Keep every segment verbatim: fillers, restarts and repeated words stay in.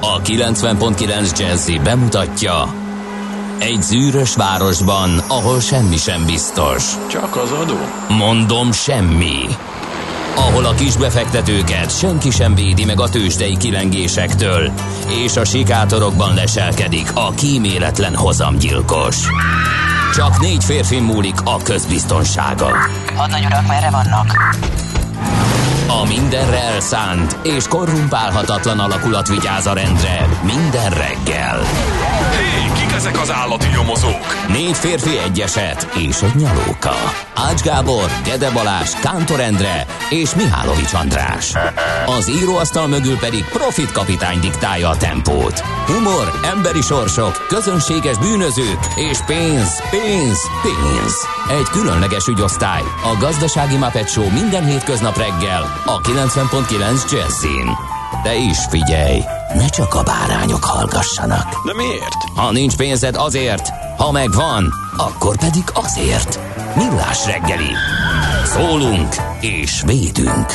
A kilencven pont kilenc Jazzy bemutatja: egy zűrös városban, ahol semmi sem biztos. Csak az adó? Mondom, semmi. Ahol a kisbefektetőket senki sem védi meg a tőzsdei kilengésektől, és a sikátorokban leselkedik a kíméletlen hozamgyilkos. Csak négy férfi múlik a közbiztonsága. Hadnagy urak, merre vannak? A mindenre elszánt és korrumpálhatatlan alakulat vigyáz a rendre minden reggel. Hé, kik ezek az állati nyomozók? Négy férfi, egy eset és egy nyalóka. Ács Gábor, Gede Balázs, Kántor Endre és Mihálovics András. Az íróasztal mögül pedig Profit kapitány diktálja a tempót. Humor, emberi sorsok, közönséges bűnözők és pénz, pénz, pénz. Egy különleges ügyosztály, a Gazdasági Muppet Show minden hétköznap reggel a kilencven pont kilenc Jazzin. De is figyelj, ne csak a bárányok hallgassanak. De miért? Ha nincs pénzed, azért, ha megvan, akkor pedig azért. Millás reggeli. Szólunk és védünk.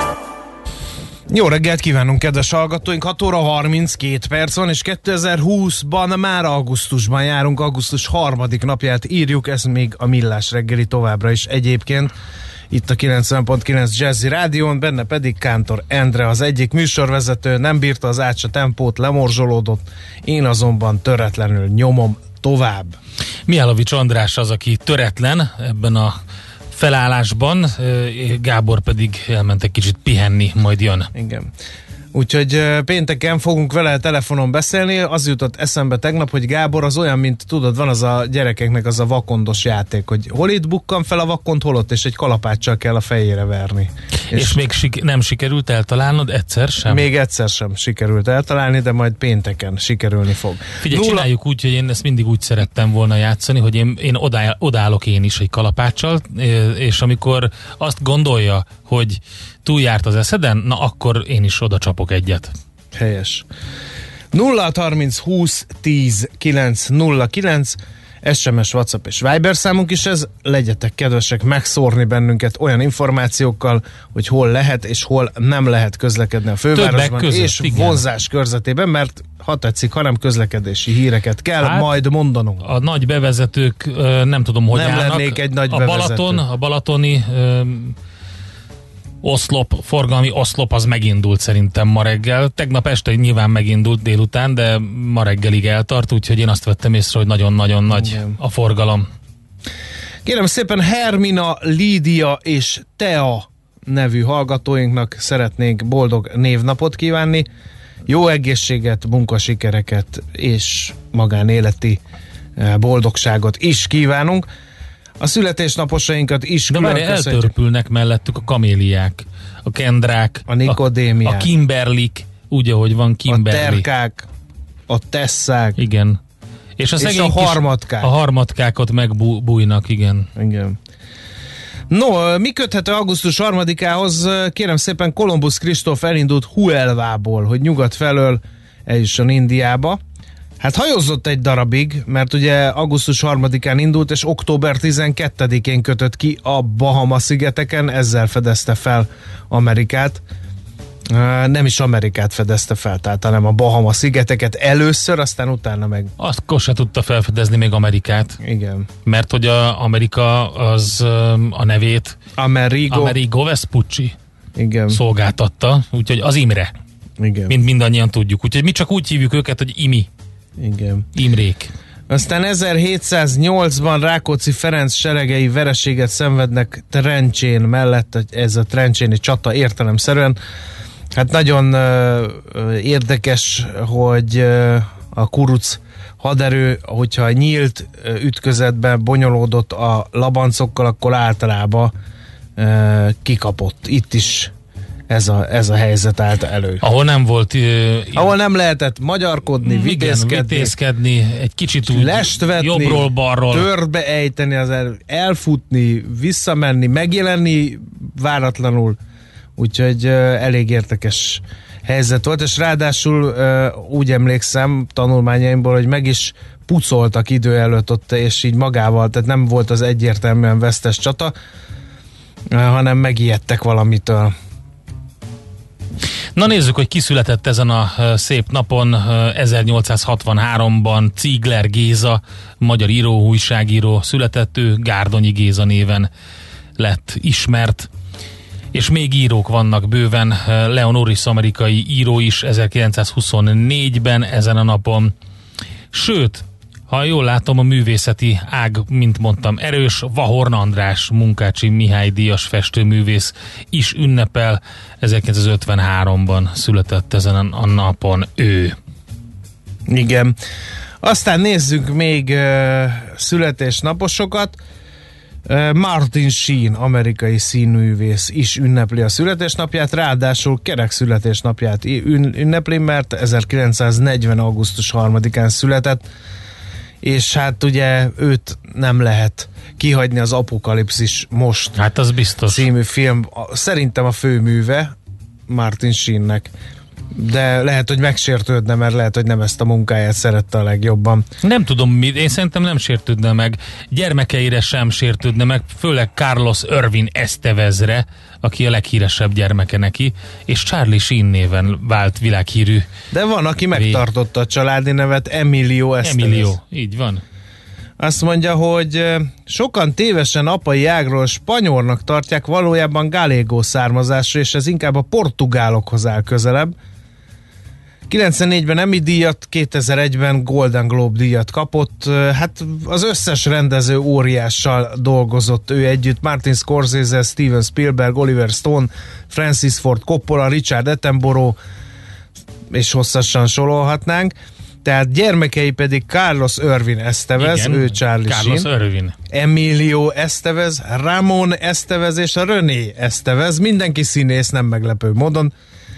Jó reggelt kívánunk, kedves hallgatóink! hat óra harminckét perc van, és kétezer-húszban már augusztusban járunk, augusztus harmadik napját írjuk, ez még a Millás reggeli továbbra is egyébként. Itt a kilencven pont kilenc Jazzy Rádión, benne pedig Kántor Endre, az egyik műsorvezető, nem bírta az Ácsa tempót, lemorzsolódott, én azonban töretlenül nyomom tovább. Mihálovics András az, aki töretlen ebben a felállásban, Gábor pedig elment egy kicsit pihenni, majd jön. Igen. Úgyhogy pénteken fogunk vele telefonon beszélni. Az jutott eszembe tegnap, hogy Gábor az olyan, mint tudod, van az a gyerekeknek az a vakondos játék, hogy hol itt bukkan fel a vakond, hol ott, és egy kalapáccsal kell a fejére verni. És, és még sik- nem sikerült eltalálnod egyszer sem? Még egyszer sem sikerült eltalálni, de majd pénteken sikerülni fog. Figyelj, Nulla... csináljuk úgy, hogy én ezt mindig úgy szerettem volna játszani, hogy én, én odáll, odállok én is egy kalapáccsal, és amikor azt gondolja, hogy túljárt az eszeden, na akkor én is oda csapok egyet. Helyes. nulla harminc húsz tíz kilenc nulla kilenc es em es, WhatsApp és Viber számunk is ez. Legyetek kedvesek megszórni bennünket olyan információkkal, hogy hol lehet és hol nem lehet közlekedni a fővárosban között, és igen, vonzás körzetében, mert ha tetszik, hanem közlekedési híreket kell hát, majd mondanunk. A nagy bevezetők nem tudom, hogy nem állnak. lennék egy nagy a bevezető. Balaton, a balatoni oszlop, forgalmi oszlop az megindult szerintem ma reggel. Tegnap este nyilván megindult délután, de ma reggelig eltart, úgyhogy én azt vettem észre, hogy nagyon-nagyon nagy igen, a forgalom. Kérem szépen, Hermina, Lídia és Tea nevű hallgatóinknak szeretnénk boldog névnapot kívánni. Jó egészséget, munkasikereket és magánéleti boldogságot is kívánunk. A születésnaposainkat is de külön már eltörpülnek mellettük a kaméliák, a kendrák, a nikodémiák, a, a kimberlik, úgy ahogy van kimberli. A terkák, a tesszák. Igen. És a, és a harmadkák. A harmadkákat megbújnak, igen. Igen. No, mi köthető augusztus harmadikához? Kérem szépen, Kolumbusz Kristóf elindult Huelvából, hogy nyugat felől eljusson Indiába. Hát hajózott egy darabig, mert ugye augusztus harmadikán indult, és október tizenkettedikén kötött ki a Bahama-szigeteken, ezzel fedezte fel Amerikát. Nem is Amerikát fedezte fel, tehát hanem a Bahama-szigeteket először, aztán utána meg... Azt se tudta felfedezni még Amerikát. Igen. Mert hogy a Amerika az a nevét Amerigo, Amerigo Vespucci igen, szolgáltatta, úgyhogy az Imre. Igen. Mint mindannyian tudjuk. Úgyhogy mi csak úgy hívjuk őket, hogy Imi. Igen. Imrék. Aztán ezerhétszáznyolcban Rákóczi Ferenc seregei vereséget szenvednek Trencsén mellett, ez a trencséni csata értelemszerűen. Hát nagyon uh, érdekes, hogy uh, a kuruc haderő, hogyha nyílt uh, ütközetben bonyolódott a labancokkal, akkor általában uh, kikapott. Itt is ez a, ez a helyzet állt elő. Ahol nem volt... Uh, Ahol nem lehetett magyarkodni, igen, vitézkedni, vitézkedni, egy kicsit úgy lestvetni, jobbról-balról, törbe ejteni, az el, elfutni, visszamenni, megjelenni váratlanul. Úgyhogy uh, elég érdekes helyzet volt, és ráadásul uh, úgy emlékszem tanulmányaimból, hogy meg is pucoltak idő előtt ott, és így magával, tehát nem volt az egyértelműen vesztes csata, uh, hanem megijedtek valamitől. Na nézzük, hogy ki született ezen a szép napon. ezernyolcszázhatvanháromban Ziegler Géza, magyar író, újságíró született, ő Gárdonyi Géza néven lett ismert. És még írók vannak bőven, Leon Norris amerikai író is ezerkilencszázhuszonnégyben ezen a napon. Sőt, ha jól látom, a művészeti ág, mint mondtam, erős. Vahorn András, Munkácsi Mihály díjas festőművész is ünnepel, ezerkilencszázötvenháromban született ezen a napon ő. Igen. Aztán nézzük még uh, születésnaposokat. Uh, Martin Sheen, amerikai színművész is ünnepli a születésnapját, ráadásul kerek születésnapját ünnepli, mert ezerkilencszáznegyven. augusztus harmadikán született, és hát ugye őt nem lehet kihagyni, az Apokalipszis most. Hát az biztos. Című film szerintem a főműve Martin Sheennek. De lehet, hogy megsértődne, mert lehet, hogy nem ezt a munkáját szerette a legjobban. Nem tudom mit, én szerintem nem sértődne meg. Gyermekeire sem sértődne meg, főleg Carlos Irvin Estevezre, aki a leghíresebb gyermeke neki, és Charlie Sheen néven vált világhírű. De van, aki megtartotta a családi nevet, Emilio Estevez. Emilio, így van. Azt mondja, hogy sokan tévesen apai ágról spanyolnak tartják, valójában galego származású, és ez inkább a portugálokhoz áll közelebb. kilencvennégyben Emmy díjat, kétezer-egyben Golden Globe díjat kapott. Hát az összes rendező óriással dolgozott ő együtt. Martin Scorsese, Steven Spielberg, Oliver Stone, Francis Ford Coppola, Richard Attenborough, és hosszasan sorolhatnánk. Tehát gyermekei pedig Carlos Irvin Estevez, igen, ő Charlie Carlos Sheen, Irvin. Emilio Estevez, Ramon Estevez és a René Estevez. Mindenki színész, nem meglepő módon.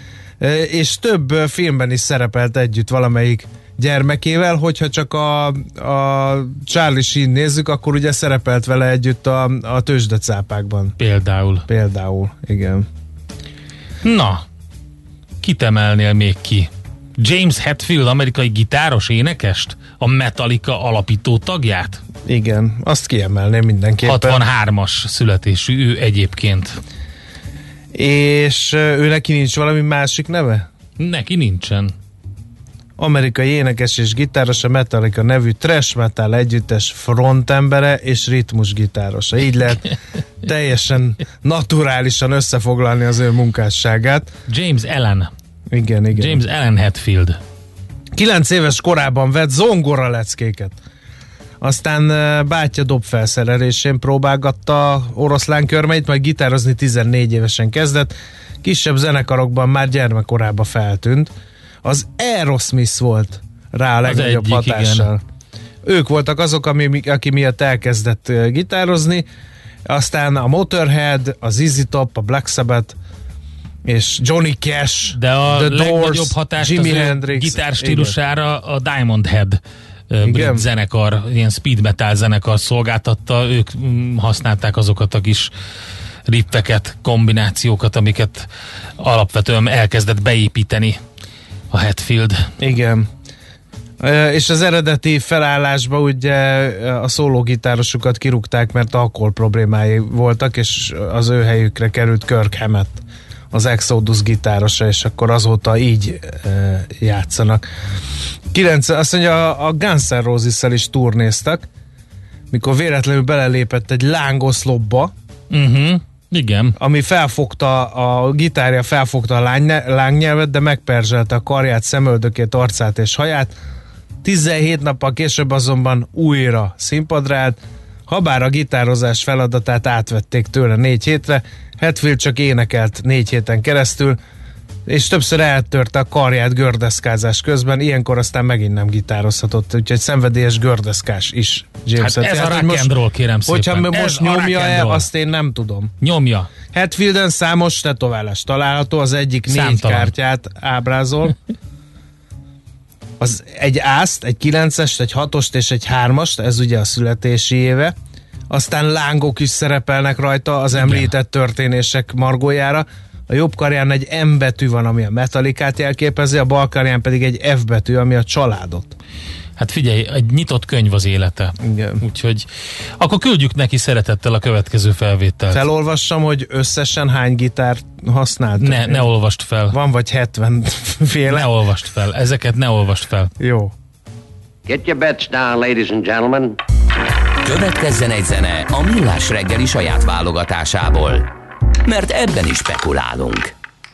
És több filmben is szerepelt együtt valamelyik gyermekével, hogyha csak a, a Charlie Sheen nézzük, akkor ugye szerepelt vele együtt a, a Tőzsdecápákban. Például. Például, igen. Na, kit emelnél még ki? James Hetfield, amerikai gitáros énekest? A Metallica alapító tagját? Igen, azt kiemelném mindenképpen. hatvanhármas születésű ő egyébként. És ő neki nincs valami másik neve? Neki nincsen. Amerikai énekes és gitáros, a Metallica nevű thrash metal együttes frontembere és ritmusgitárosa. Így lehet teljesen naturálisan összefoglalni az ő munkásságát. James Allen. Igen, igen. James Allen Hetfield. Kilenc éves korában vett zongora leckéket. Aztán bátyja dobfelszerelésén próbálgatta oroszlán körmeit, majd gitározni tizennégy évesen kezdett. Kisebb zenekarokban már gyermekkorában feltűnt. Az Aerosmith volt rá a legnagyobb egyik, hatással. Igen. Ők voltak azok, ami, aki miatt elkezdett gitározni. Aztán a Motorhead, az Z Z Top, a Black Sabbath és Johnny Cash, de a The legnagyobb Doors, hatást Jimi az Hendrix, gitárstílusára a Diamond Head brit zenekar, ilyen speed metal zenekar szolgáltatta, ők használták azokat a kis riffeket, kombinációkat, amiket alapvetően elkezdett beépíteni a Hetfield. Igen. És az eredeti felállásba ugye a szólógitárosokat kirúgták, mert alkohol problémái voltak, és az ő helyükre került Kirk Hammett, az Exodus gitárosa, és akkor azóta így e, játszanak. Kilenc, azt mondja, a Guns N' Roses-szel is turnéztak, mikor véletlenül belelépett egy lángoszlopba, uh-huh. Igen. ami felfogta, a gitárja felfogta a lány, lángnyelvet, de megperzselte a karját, szemöldökét, arcát és haját. tizenhét nappal később azonban újra színpadra állt, habár a gitározás feladatát átvették tőle négy hétre, Hetfield csak énekelt négy héten keresztül, és többször eltörte a karját gördeszkázás közben, ilyenkor aztán megint nem gitározhatott, úgyhogy szenvedélyes gördeszkás is James Hát ez hát, a rock and roll, kérem hogyha szépen. Hogyha most nyomja-e, azt én nem tudom. Nyomja. Hetfielden számos tetoválás található, az egyik négy Számtalan. kártyát ábrázol. Az egy ászt, egy kilencest, egy hatost és egy hármast, ez ugye a születési éve. Aztán lángok is szerepelnek rajta az említett történések margójára. A jobb karján egy M betű van, ami a Metallicát jelképezi, a bal karján pedig egy F betű, ami a családot. Hát figyelj, egy nyitott könyv az élete. Igen. Úgyhogy akkor küldjük neki szeretettel a következő felvételt. Felolvassam, hogy összesen hány gitárt használt? Ne, ne olvast fel. Van vagy hetven féle? Ne olvast fel. Ezeket ne olvast fel. Jó. Get your bets down, ladies and gentlemen. Következzen egy zene a Millás reggeli saját válogatásából, mert ebben is spekulálunk.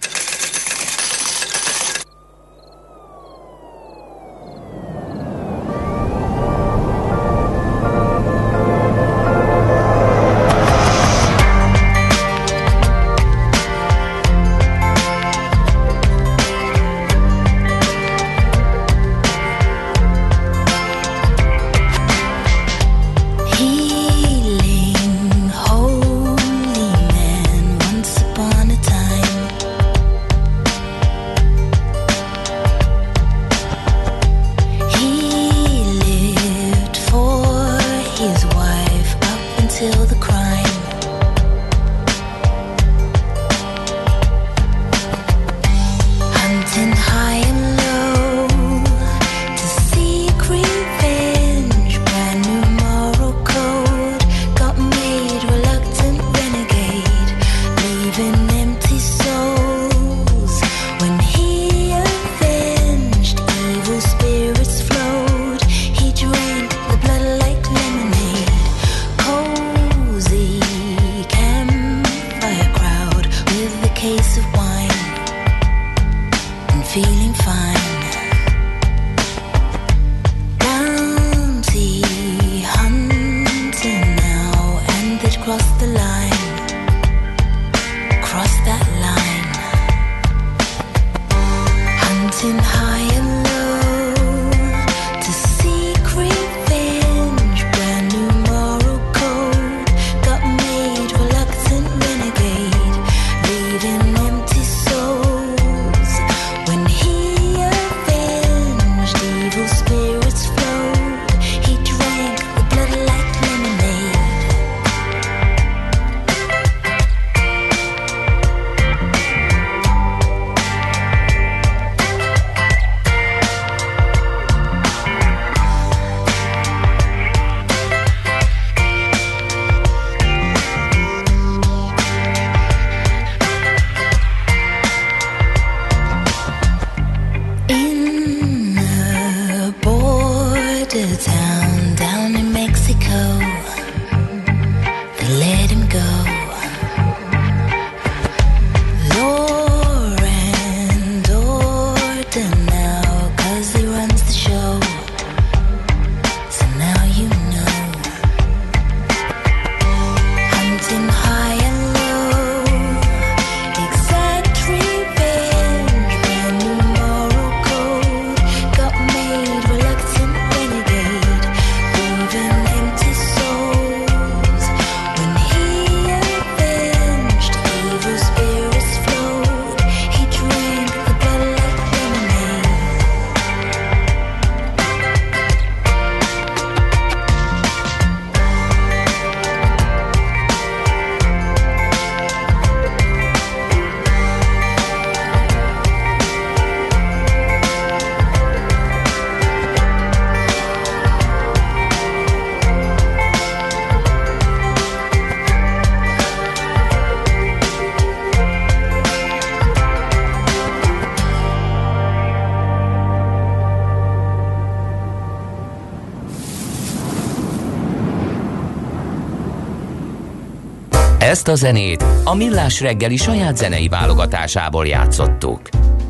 Ezt a zenét a Millás reggeli saját zenei válogatásából játszottuk.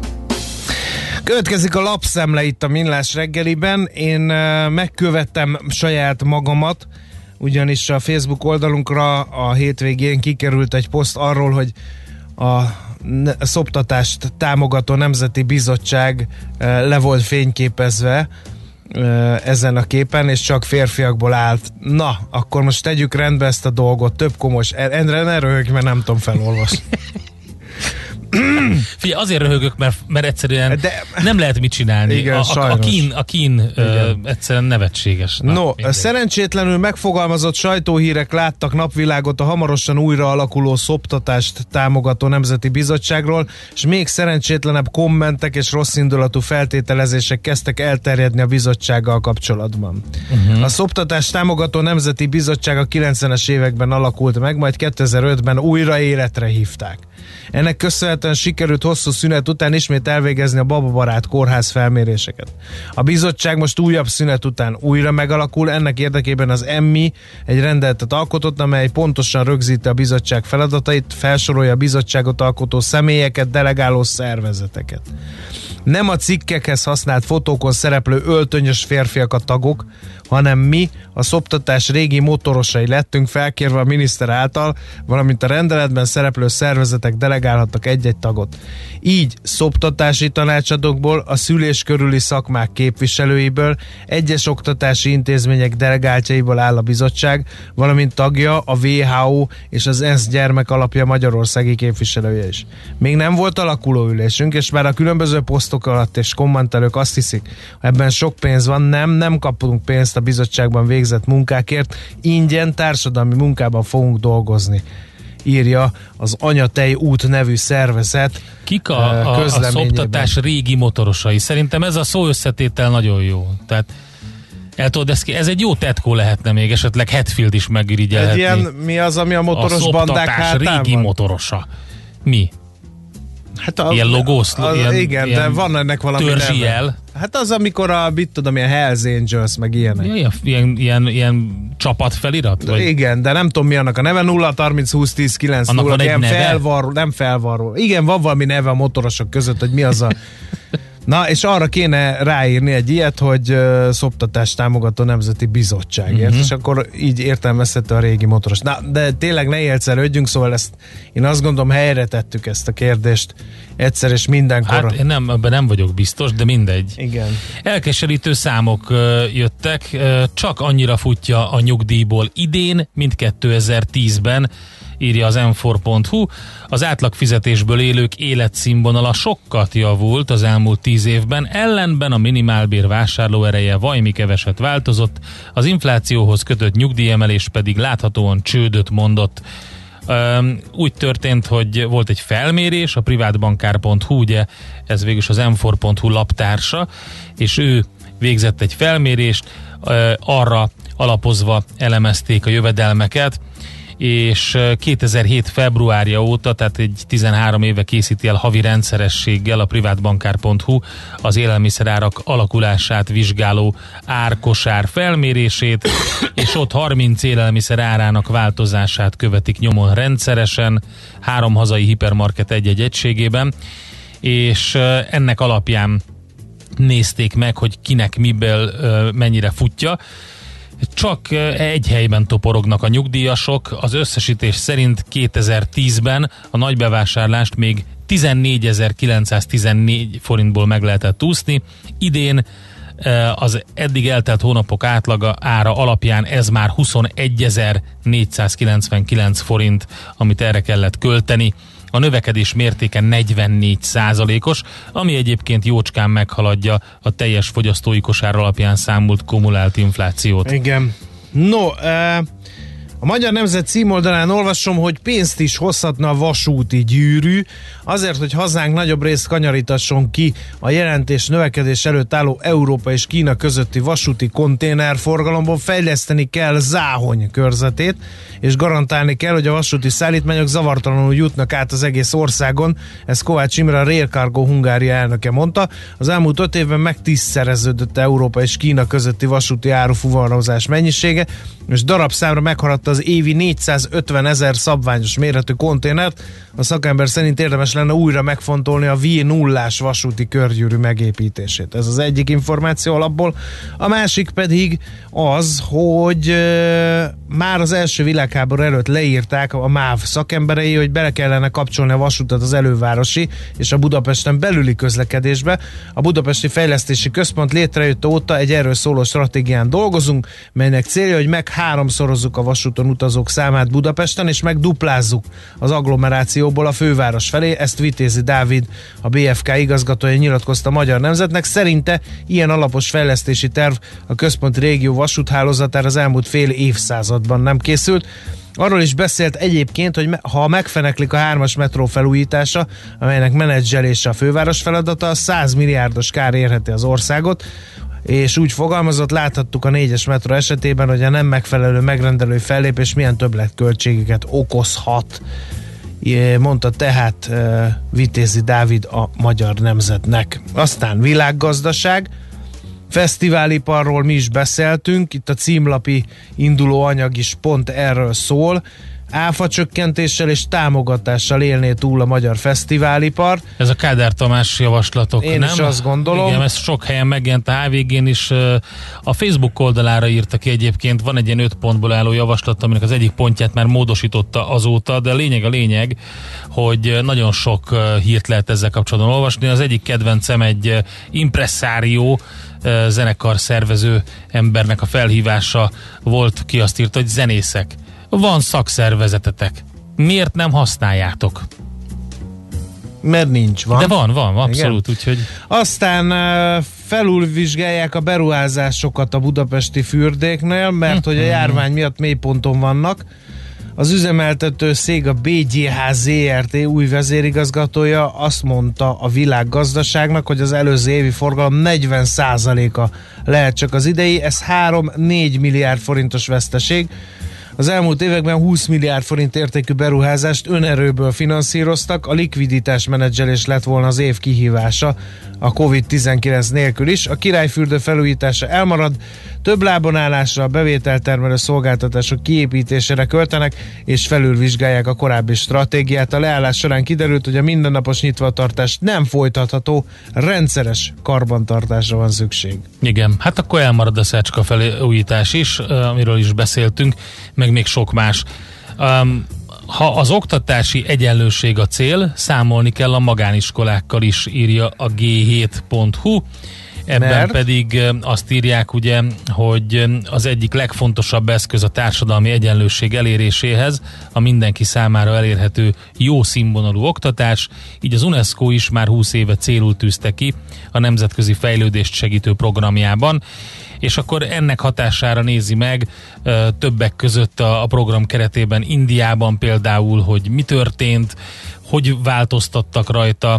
Következik a lapszemle itt a Millás reggeliben. Én megkövettem saját magamat, ugyanis a Facebook oldalunkra a hétvégén kikerült egy poszt arról, hogy a szoptatást támogató Nemzeti Bizottság le volt fényképezve ezen a képen, és csak férfiakból állt. Na, akkor most tegyük rendbe ezt a dolgot, több komos. Endre, ne röhögj, mert nem tudom felolvasni. Figyelj, azért röhögök, mert, mert egyszerűen De, nem lehet mit csinálni. Igen, a, a, a kín, a kín ö, egyszerűen nevetséges. Na, no, mindegy. szerencsétlenül megfogalmazott sajtóhírek láttak napvilágot a hamarosan újra alakuló szoptatást támogató Nemzeti Bizottságról, és még szerencsétlenebb kommentek és rosszindulatú feltételezések kezdtek elterjedni a bizottsággal kapcsolatban. Uh-huh. A szoptatást támogató Nemzeti Bizottság a kilencvenes években alakult meg, majd kétezer-ötben újra életre hívták. Ennek köszönhetően sikerült hosszú szünet után ismét elvégezni a bababarát kórház felméréseket. A bizottság most újabb szünet után újra megalakul, ennek érdekében az em i á egy rendeletet alkotott, amely pontosan rögzíti a bizottság feladatait, felsorolja a bizottságot alkotó személyeket, delegáló szervezeteket. Nem a cikkekhez használt fotókon szereplő öltönyös férfiak a tagok, hanem mi, a szoptatás régi motorosai lettünk felkérve a miniszter által, valamint a rendeletben szereplő szervezetek delegálhattak egy-egy tagot. Így szoptatási tanácsadókból, a szülés körüli szakmák képviselőiből, egyes oktatási intézmények delegáltjaiból áll a bizottság, valamint tagja a dupla vé há ó és az ENSZ gyermekalapja magyarországi képviselője is. Még nem volt alakuló ülésünk, és már a különböző posztok alatt és kommentelők azt hiszik, ebben sok pénz van, nem, nem kapunk pénzt a bizottságban végzett munkákért, ingyen társadalmi munkában fogunk dolgozni, írja az Anyatej út nevű szervezet. Kik a, a, a szoptatás régi motorosai? Szerintem ez a szó összetétel nagyon jó. Tehát el tudod, ez, ez egy jó tetkó lehetne még, esetleg Hetfield is megirigyelhetni. Egy ilyen, mi az, ami a motoros a bandák hátán régi van? Motorosa. Mi? Hát az, ilyen logószló, az, ilyen, igen, ilyen de van ennek valami törzsi neve. jel. Hát az, amikor a, mit tudom, ilyen Hells Angels, meg ilyenek. Ja, ilyen, ilyen, ilyen, ilyen csapatfelirat? Vagy? Igen, de nem tudom mi annak a neve, nulla harminc húsz tíz kilenc Annak nulla, van egy ilyen neve? felvarró, nem felvarró. Igen, van valami neve a motorosok között, hogy mi az a... Na, és arra kéne ráírni egy ilyet, hogy uh, szoptatást támogató Nemzeti Bizottságért, uh-huh. és akkor így értelmezhető a régi motoros. Na, de tényleg ne élcelődjünk, szóval ezt én azt gondolom helyre tettük ezt a kérdést egyszer és mindenkor. Hát én nem, ebben nem vagyok biztos, de mindegy. Igen. Elkeserítő számok uh, jöttek, uh, csak annyira futja a nyugdíjból idén, mint kétezer-tízben, írja az em négy pont hú. Az átlagfizetésből élők életszínvonala sokat javult az elmúlt tíz évben, ellenben a minimálbér vásárlóereje vajmi keveset változott, az inflációhoz kötött nyugdíjemelés pedig láthatóan csődöt mondott. Um, úgy történt, hogy volt egy felmérés, a privátbankár pont hú, ugye ez végülis az em négy pont hú laptársa, és ő végzett egy felmérést, uh, arra alapozva elemezték a jövedelmeket, és kétezer-hét februárja óta, tehát egy tizenhárom éve készíti el havi rendszerességgel a privátbankár pont hú az élelmiszerárak alakulását vizsgáló árkosár felmérését, és ott harminc élelmiszer árának változását követik nyomon rendszeresen, három hazai hipermarket egy-egy egységében, és ennek alapján nézték meg, hogy kinek miből mennyire futja. Csak egy helyben toporognak a nyugdíjasok, az összesítés szerint kétezer-tízben a nagy bevásárlást még tizennégyezer-kilencszáztizennégy forintból meg lehetett úszni, idén az eddig eltelt hónapok átlaga ára alapján ez már huszonegyezer-négyszázkilencvenkilenc forint, amit erre kellett költeni. A növekedés mértéke negyvennégy százalékos, ami egyébként jócskán meghaladja a teljes fogyasztói kosár alapján számult kumulált inflációt. Igen. No, uh... a Magyar Nemzet címoldalán olvasom, hogy pénzt is hozhatna a vasúti gyűrű, azért, hogy hazánk nagyobb részt kanyarítasson ki a jelentés növekedés előtt álló Európa és Kína közötti vasúti konténerforgalomból, fejleszteni kell Záhony körzetét, és garantálni kell, hogy a vasúti szállítmányok zavartalanul jutnak át az egész országon. Ez Kovács Imre, a Rail Cargo Hungária elnöke mondta. Az elmúlt öt évben megtízszereződött Európa és Kína közötti vasúti árufuvarozás mennyisége, és darabszámra meghaladta az évi négyszázötven ezer szabványos méretű konténert. A szakember szerint érdemes lenne újra megfontolni a vé nullás vasúti körgyűrű megépítését. Ez az egyik információ alapból. A másik pedig az, hogy e, már az első világháború előtt leírták a MÁV szakemberei, hogy bele kellene kapcsolni a vasútat az elővárosi és a Budapesten belüli közlekedésbe. A Budapesti Fejlesztési Központ létrejött óta egy erről szóló stratégián dolgozunk, melynek célja, hogy meg háromszorozzuk a vasút vasúton utazók számát Budapesten, és megduplázzuk az agglomerációból a főváros felé. Ezt Vitézi Dávid, a bé ef ká igazgatója nyilatkozta a Magyar Nemzetnek. Szerinte ilyen alapos fejlesztési terv a központi régió vasúthálózatára az elmúlt fél évszázadban nem készült. Arról is beszélt egyébként, hogy ha megfeneklik a hármas metró felújítása, amelynek menedzselése a főváros feladata, száz milliárdos kár érheti az országot, és úgy fogalmazott, láthattuk a négyes metró esetében, hogy a nem megfelelő megrendelői fellépés milyen többletköltségeket okozhat, mondta tehát uh, Vitézi Dávid a Magyar Nemzetnek. Aztán világgazdaság, fesztiváliparról mi is beszéltünk, itt a címlapi induló anyag is pont erről szól. Áfacsökkentéssel és támogatással élné túl a magyar fesztiválipar. Ez a Kádár Tamás javaslatok, Én nem? is azt gondolom. Igen, ez sok helyen megjelent, a há vé gén is. A Facebook oldalára írta ki egyébként, van egy ilyen öt pontból álló javaslat, aminek az egyik pontját már módosította azóta, de a lényeg a lényeg, hogy nagyon sok hírt lehet ezzel kapcsolatban olvasni. Az egyik kedvencem egy impresszárió, zenekar szervező embernek a felhívása volt, ki azt írta, hogy zenészek, van szakszervezetetek, miért nem használjátok? Mert nincs, van. De van, van, abszolút, úgyhogy... Aztán uh, felülvizsgálják a beruházásokat a budapesti fürdéknél, mert hogy a járvány miatt mélyponton vannak. Az üzemeltető cég, a bé gé há zé er té új vezérigazgatója azt mondta a Világgazdaságnak, hogy az előző évi forgalom negyven százaléka lehet csak az idei, ez három-négy milliárd forintos veszteség. Az elmúlt években húsz milliárd forint értékű beruházást önerőből finanszíroztak, a likviditás menedzselés lett volna az év kihívása a kovid tizenkilenc nélkül is. A királyfürdő felújítása elmarad, több lábon állásra, a bevételtermelő szolgáltatások kiépítésére költenek, és felülvizsgálják a korábbi stratégiát. A leállás során kiderült, hogy a mindennapos nyitvatartás nem folytatható, rendszeres karbantartásra van szükség. Igen, hát akkor elmarad a Szercska felújítás is, amiről is beszéltünk, meg még sok más. Um, ha az oktatási egyenlőség a cél, számolni kell a magániskolákkal is, írja a gé hét pont hú. Ebben Mert? pedig azt írják, ugye, hogy az egyik legfontosabb eszköz a társadalmi egyenlőség eléréséhez a mindenki számára elérhető jó színvonalú oktatás, így az UNESCO is már húsz éve célul tűzte ki a nemzetközi fejlődést segítő programjában, és akkor ennek hatására nézi meg ö, többek között a, a program keretében Indiában például, hogy mi történt, hogy változtattak rajta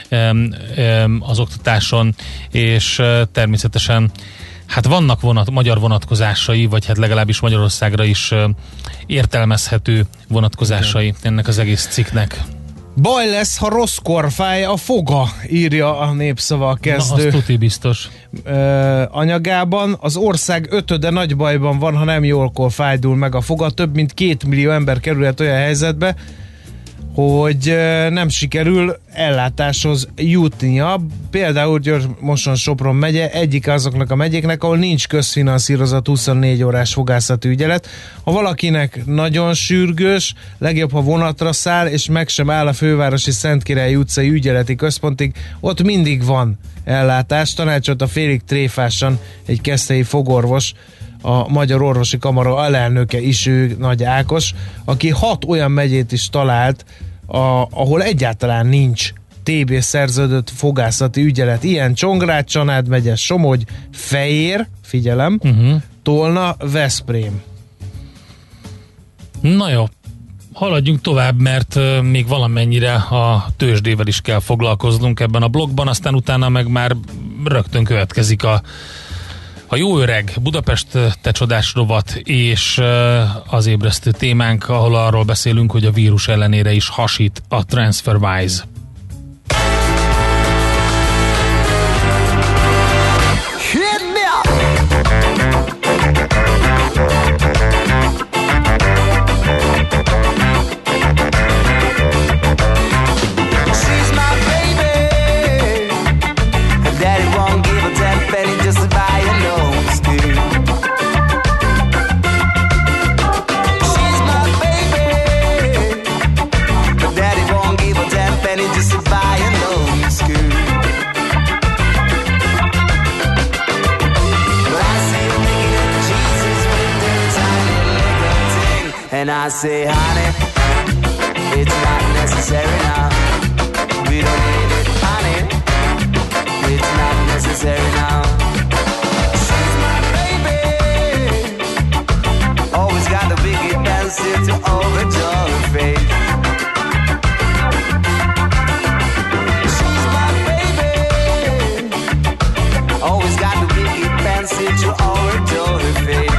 az oktatáson, és természetesen hát vannak vonat, magyar vonatkozásai, vagy hát legalábbis Magyarországra is értelmezhető vonatkozásai ennek az egész cikknek. Baj lesz, ha rosszkor fáj a foga, írja a Népszava kezdő. Na, az tuti biztos. Ö, anyagában. Az ország ötöde nagy bajban van, ha nem jólkor fájdul meg a foga. Több mint két millió ember kerülhet olyan helyzetbe, hogy nem sikerül ellátáshoz jutnia. Például Győr-Moson-Sopron megye egyik azoknak a megyéknek, ahol nincs közfinanszírozott huszonnégy órás fogászati ügyelet. Ha valakinek nagyon sürgős, legjobb, ha vonatra száll, és meg sem áll a fővárosi Szentkirályi utcai ügyeleti központig, ott mindig van ellátás. Tanácsot a félig tréfásan egy keszthelyi fogorvos, a Magyar Orvosi Kamara alelnöke is, ő Nagy Ákos, aki hat olyan megyét is talált, a, ahol egyáltalán nincs té bé szerződött fogászati ügyelet. Ilyen Csongrád, Csanád megye, Somogy, Fejér, figyelem, uh-huh. Tolna, Veszprém. Na jó, haladjunk tovább, mert uh, még valamennyire a tőzsdével is kell foglalkoznunk ebben a blogban, aztán utána meg már rögtön következik a A jó öreg Budapest te csodás rovat és az ébresztő témánk, ahol arról beszélünk, hogy a vírus ellenére is hasít a TransferWise. Penny I say, honey, it's not necessary now. We don't need it, honey. It's not necessary now. She's my baby. Always got the biggie dancing to overjoy her face. She's my baby. Always got the biggie dancing to overjoy her face.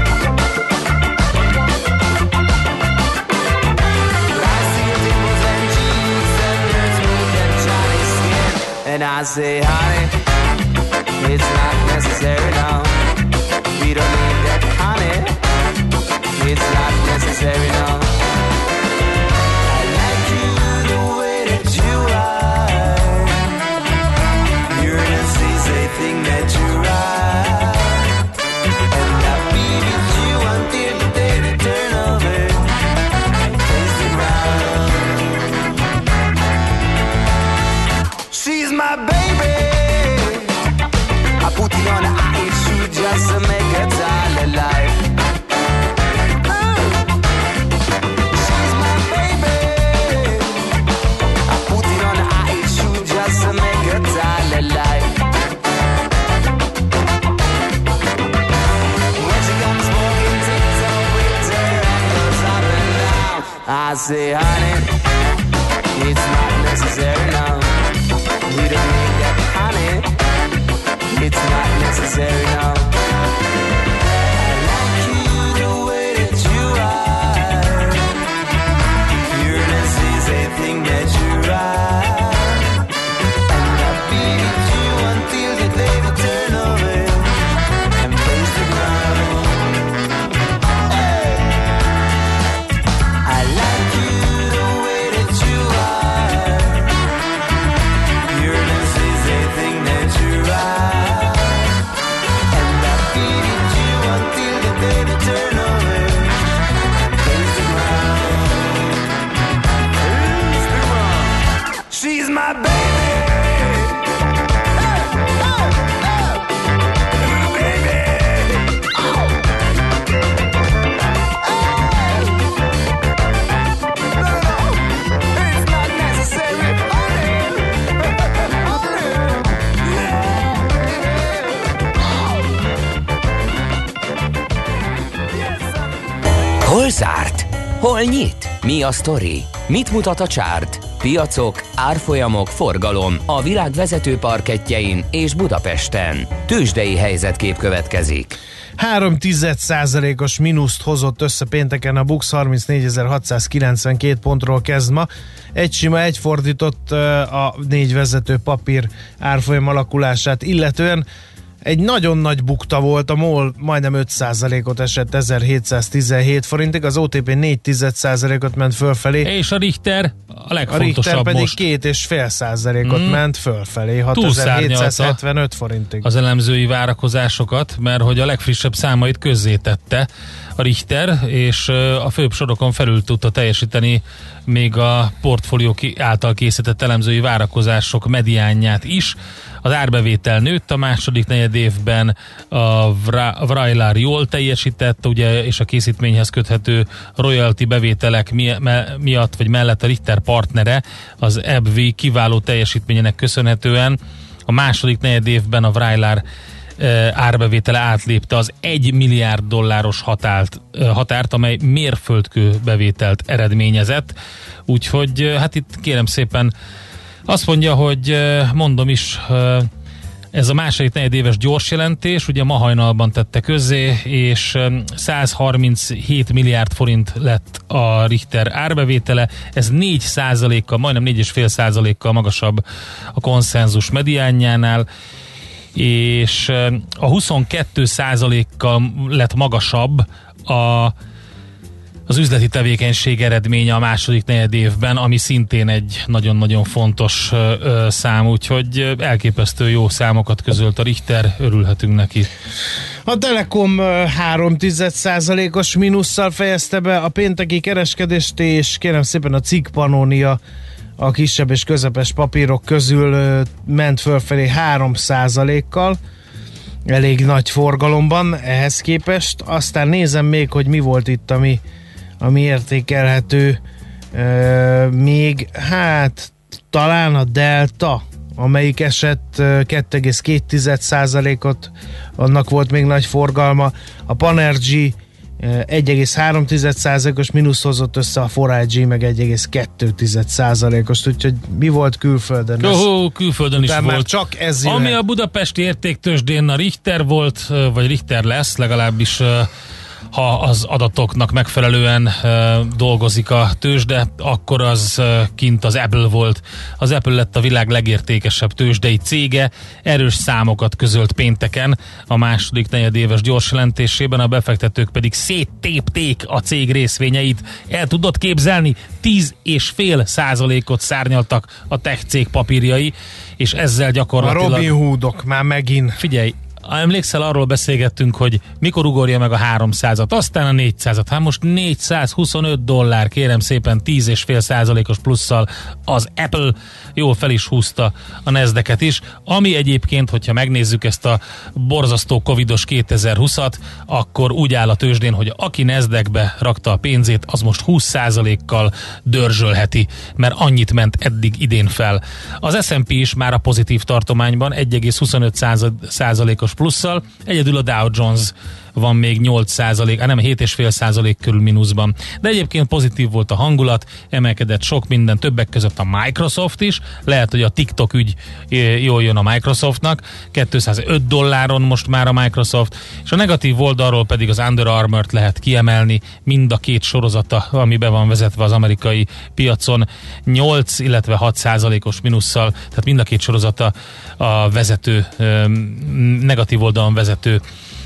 And I say, honey, it's not necessary now. We don't need that, honey. It's not necessary now. I like you the way that you are. Uranus is a thing that you are. And I'll be with you until the day they turn over and face the ground. She's my baby. I put it on the ice shoe just to make her all alive. She's my baby. I put it on the ice shoe just to make her all alive. When she comes walking tiptoe with her ankles up and down, I say, honey, it's not necessary now. We don't need that, honey. It's not necessary now. I like you the way that you are. Uranus is a thing that you are. And I'll be with you until the day we turn over and face the ground. Hey. I like you the way that you are. Uranus is a thing that you are. And I'll be with you until the day we turn over and face the ground. Face the ground. She's my baby. Hey, hey, hey. Baby. Oh. Hey. No, no, no. It's not necessary, honey. Honey. Hol zárt? Hol nyit? Mi a sztori? Mit mutat a csárt? Piacok, árfolyamok, forgalom a világ vezető parkettjein és Budapesten. Tőzsdei helyzetkép következik. három tized százalékos mínuszt hozott össze pénteken a BUX, harmincnégyezer-hatszázkilencvenkét pontról kezd ma. Egy sima egy fordított a négy vezető papír árfolyam alakulását illetően. Egy nagyon nagy bukta volt, a MOL majdnem öt százalékot esett ezerhétszáztizenhét forintig, az o té pé négy tized százalékot ment fölfelé. És a Richter a legfontosabb a Richter pedig most. két és fél százalékot mm. ment fölfelé, hatezer-hétszázhetvenöt forintig. Az elemzői várakozásokat, mert hogy a legfrissebb számait közzétette a Richter, és a főbb sorokon felül tudta teljesíteni még a portfólió által készített elemzői várakozások mediánját is. Az árbevétel nőtt a második negyed évben, a Vrajlár jól teljesített, ugye, és a készítményhez köthető royalty bevételek miatt, vagy mellett a Richter partnere, az e bé vé kiváló teljesítményének köszönhetően a második negyed évben a Vrajlár árbevétele átlépte az egy milliárd dolláros határt, határt, amely mérföldkő bevételt eredményezett. Úgyhogy hát itt kérem szépen azt mondja, hogy mondom is, ez a második negyedéves gyors jelentés, ugye ma hajnalban tette közzé, és százharminchét milliárd forint lett a Richter árbevétele, ez négy százalékkal, majdnem négy egész öt százalékkal magasabb a konszenzus mediánjánál, és a huszonkettő százalékkal lett magasabb a az üzleti tevékenység eredménye a második negyed évben, ami szintén egy nagyon-nagyon fontos ö, ö, szám, úgyhogy elképesztő jó számokat közölt a Richter, örülhetünk neki. A Telekom három tized százalékos mínusszal fejezte be a pénteki kereskedést, és kérem szépen a Cikk Pannonia a kisebb és közepes papírok közül ö, ment fölfelé három százalékkal, elég nagy forgalomban ehhez képest. Aztán nézem még, hogy mi volt itt, ami ami értékelhető. E, még hát talán a Delta, amelyik esett kettő egész két százalékot, annak volt még nagy forgalma. A Panergy egy egész három százalékos mínusz hozott össze, a négy i gé meg egy egész kettő százalékos, úgyhogy mi volt külföldön? Ó, külföldön is volt. Csak ez jöhet. Ami a budapesti értéktőzsdén a Richter volt, vagy Richter lesz, legalábbis ha az adatoknak megfelelően uh, dolgozik a tőzsde, akkor az uh, kint az Apple volt. Az Apple lett a világ legértékesebb tőzsdei cége, erős számokat közölt pénteken a második negyedéves gyors jelentésében, a befektetők pedig széttépték a cég részvényeit. El tudod képzelni? tíz egész öt százalékot szárnyaltak a tech cég papírjai, és ezzel gyakorlatilag... A Robin Hoodok már megint. Figyelj, emlékszel, arról beszélgettünk, hogy mikor ugorja meg a háromszázat, aztán a négyszázat. Hát most négyszázhuszonöt dollár, kérem szépen, tíz egész öt százalékos plusszal az Apple jól fel is húzta a Nasdaqet is, ami egyébként, hogyha megnézzük ezt a borzasztó covidos kétezer-húszat, akkor úgy áll a tőzsdén, hogy aki Nasdaqbe rakta a pénzét, az most húsz százalékkal dörzsölheti, mert annyit ment eddig idén fel. Az es and pé is már a pozitív tartományban egy egész huszonöt százalékos plusszal, egyedül a Dow Jones van még nyolc százalék, nem hét egész öt százalék körül mínuszban. De egyébként pozitív volt a hangulat, emelkedett sok minden, többek között a Microsoft is, lehet, hogy a TikTok ügy jól jön a Microsoftnak, kétszázöt dolláron most már a Microsoft, és a negatív oldalról pedig az Under Armour-t lehet kiemelni, mind a két sorozata, ami be van vezetve az amerikai piacon, nyolc, illetve hat százalékos mínusszal, tehát mind a két sorozata a vezető, negatív oldalon vezető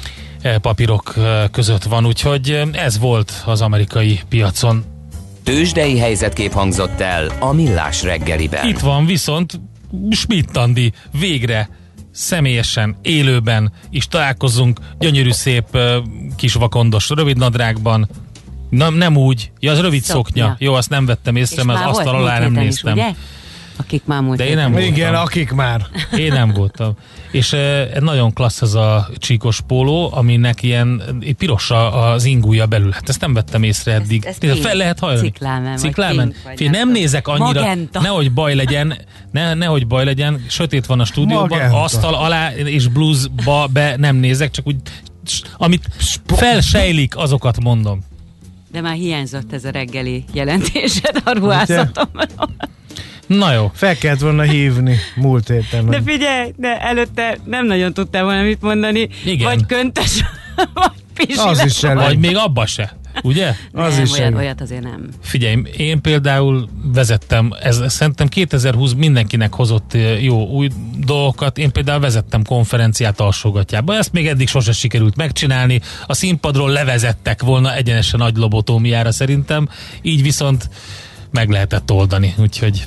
papírok között van, úgyhogy ez volt az amerikai piacon. Tőzsdei helyzetkép hangzott el a Millás reggeliben. Itt van viszont Schmidt Andi, végre személyesen, élőben is találkozunk, gyönyörű szép kis vakondos rövidnadrágban. Nem, nem úgy, ja, az rövid szoknya. szoknya. Jó, azt nem vettem észre, mert az asztal alá nem néztem. Is, akik már múlt De én nem voltam. Igen, akik már. Én nem voltam. És e, nagyon klassz ez a csíkos póló, aminek ilyen piros az ingúja belül. Hát ezt nem vettem észre eddig. Ez, ez fel lehet hajlani? Ciklámen. Ciklámen? Fél, nem nézek annyira, Magenta. nehogy baj legyen, ne, nehogy baj legyen, sötét van a stúdióban, Magenta. asztal alá és bluesba be nem nézek, csak úgy, amit felsejlik, azokat mondom. De már hiányzott ez a reggeli jelentésed a ruházatomról. Na jó. Fel kellett volna hívni múlt héten. De figyelj, de előtte nem nagyon tudtál volna mit mondani. Igen. Vagy köntös, vagy pisi. Az is elég. Vagy még abba se, ugye? Az nem, is olyat, elég. olyat azért nem. Figyelj, én például vezettem, ez szerintem kétezer-húsz mindenkinek hozott jó új dolgokat, én például vezettem konferenciát Alsógatjában, ezt még eddig sose sikerült megcsinálni, a színpadról levezettek volna egyenesen agylobotómiára szerintem, így viszont meg lehetett oldani, úgyhogy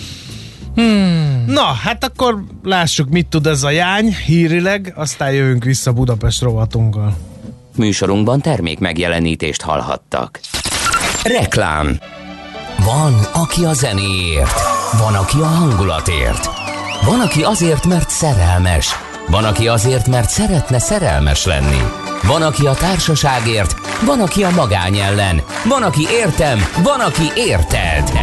Hmm. Na, hát akkor lássuk, mit tud ez a jány hírileg, aztán jövünk vissza Budapest rovatunkkal. Műsorunkban termék megjelenítést hallhattak. Reklám. Van, aki a zenéért, van, aki a hangulatért, van, aki azért, mert szerelmes, van, aki azért, mert szeretne szerelmes lenni, van, aki a társaságért, van, aki a magány ellen, van, aki értem, van, aki érted.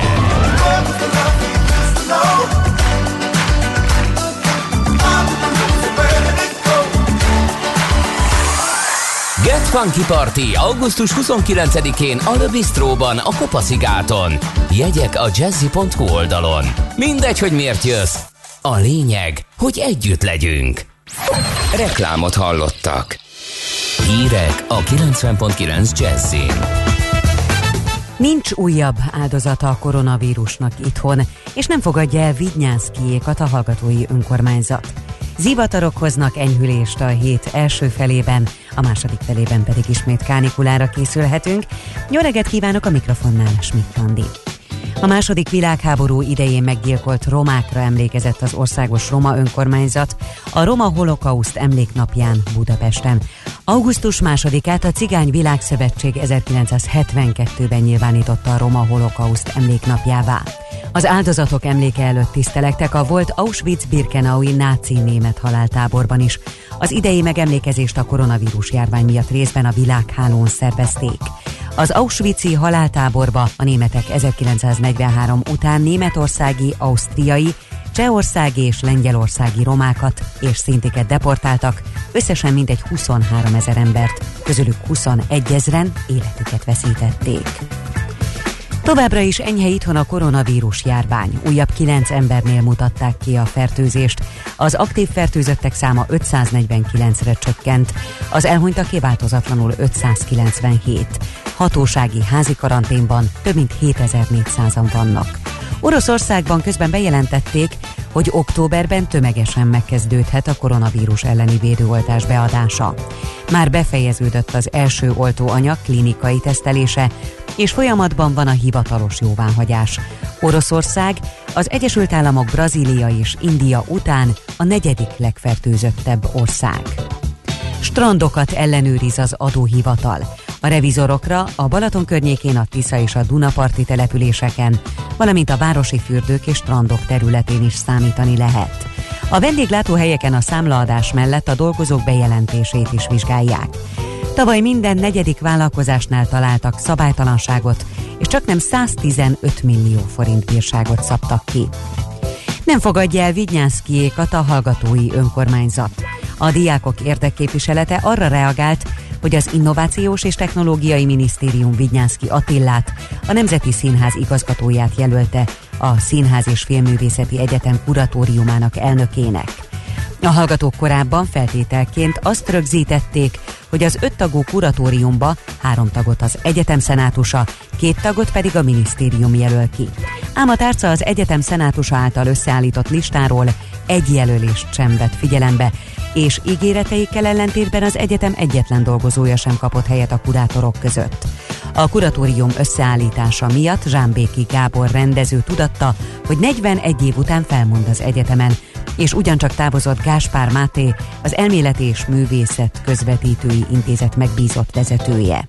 Get Funky Party augusztus huszonkilencedikén a Le Bistróban, a Kopa-szigáton. Jegyek a jazzy pont hu oldalon. Mindegy, hogy miért jössz. A lényeg, hogy együtt legyünk. Reklámot hallottak. Hírek a kilencven pont kilenc Jazzin. Nincs újabb áldozata a koronavírusnak itthon, és nem fogadja el Vidnyánszkijékat a hallgatói önkormányzat. Zivatarok hoznak enyhülést a hét első felében, a második felében pedig ismét kánikulára készülhetünk. Jó reggelt kívánok, a mikrofonnál Schmidt Andi. A második világháború idején meggyilkolt romákra emlékezett az Országos Roma Önkormányzat a Roma Holokauszt emléknapján Budapesten. augusztus másodikát a Cigány Világszövetség ezerkilencszázhetvenkettőben nyilvánította a Roma Holokauszt emléknapjává. Az áldozatok emléke előtt tisztelektek a volt Auschwitz-Birkenaui náci német haláltáborban is. Az idei megemlékezést a koronavírus járvány miatt részben a világhálón szervezték. Az auschwitzi haláltáborba a németek ezerkilencszáznegyvenhárom után németországi, ausztriai, csehországi és lengyelországi romákat és szintiket deportáltak, összesen mintegy huszonháromezer embert, közülük huszonegyezren életüket veszítették. Továbbra is enyhe itthon a koronavírus járvány. Újabb kilenc embernél mutatták ki a fertőzést. Az aktív fertőzöttek száma ötszáznegyvenkilencre csökkent, az elhunytaké változatlanul ötszázkilencvenhét. Hatósági házi karanténban több mint hétezer-négyszázan vannak. Oroszországban közben bejelentették, hogy októberben tömegesen megkezdődhet a koronavírus elleni védőoltás beadása. Már befejeződött az első oltóanyag klinikai tesztelése, és folyamatban van a hivatalos jóváhagyás. Oroszország az Egyesült Államok, Brazília és India után a negyedik legfertőzöttebb ország. Strandokat ellenőriz az adóhivatal. A revizorokra a Balaton környékén, a Tisza és a Dunaparti településeken, valamint a városi fürdők és strandok területén is számítani lehet. A vendéglátóhelyeken a számlaadás mellett a dolgozók bejelentését is vizsgálják. Tavaly minden negyedik vállalkozásnál találtak szabálytalanságot, és csaknem száztizenöt millió forint bírságot szabtak ki. Nem fogadja el Vidnyánszkijékat a hallgatói önkormányzat. A diákok érdekképviselete arra reagált, hogy az Innovációs és Technológiai Minisztérium Vidnyánszky Attillát, a Nemzeti Színház igazgatóját jelölte a Színház és Filmművészeti Egyetem kuratóriumának elnökének. A hallgatók korábban feltételként azt rögzítették, hogy az öttagú kuratóriumba három tagot az egyetem szenátusa, két tagot pedig a minisztérium jelöl ki. Ám a tárca az egyetem szenátusa által összeállított listáról egy jelölést sem vett figyelembe, és ígéreteikkel ellentétben az egyetem egyetlen dolgozója sem kapott helyet a kurátorok között. A kuratórium összeállítása miatt Zsámbéki Gábor rendező tudatta, hogy negyvenegy év után felmond az egyetemen, és ugyancsak távozott Gáspár Máté, az Elméleti és Művészet Közvetítői Intézet megbízott vezetője.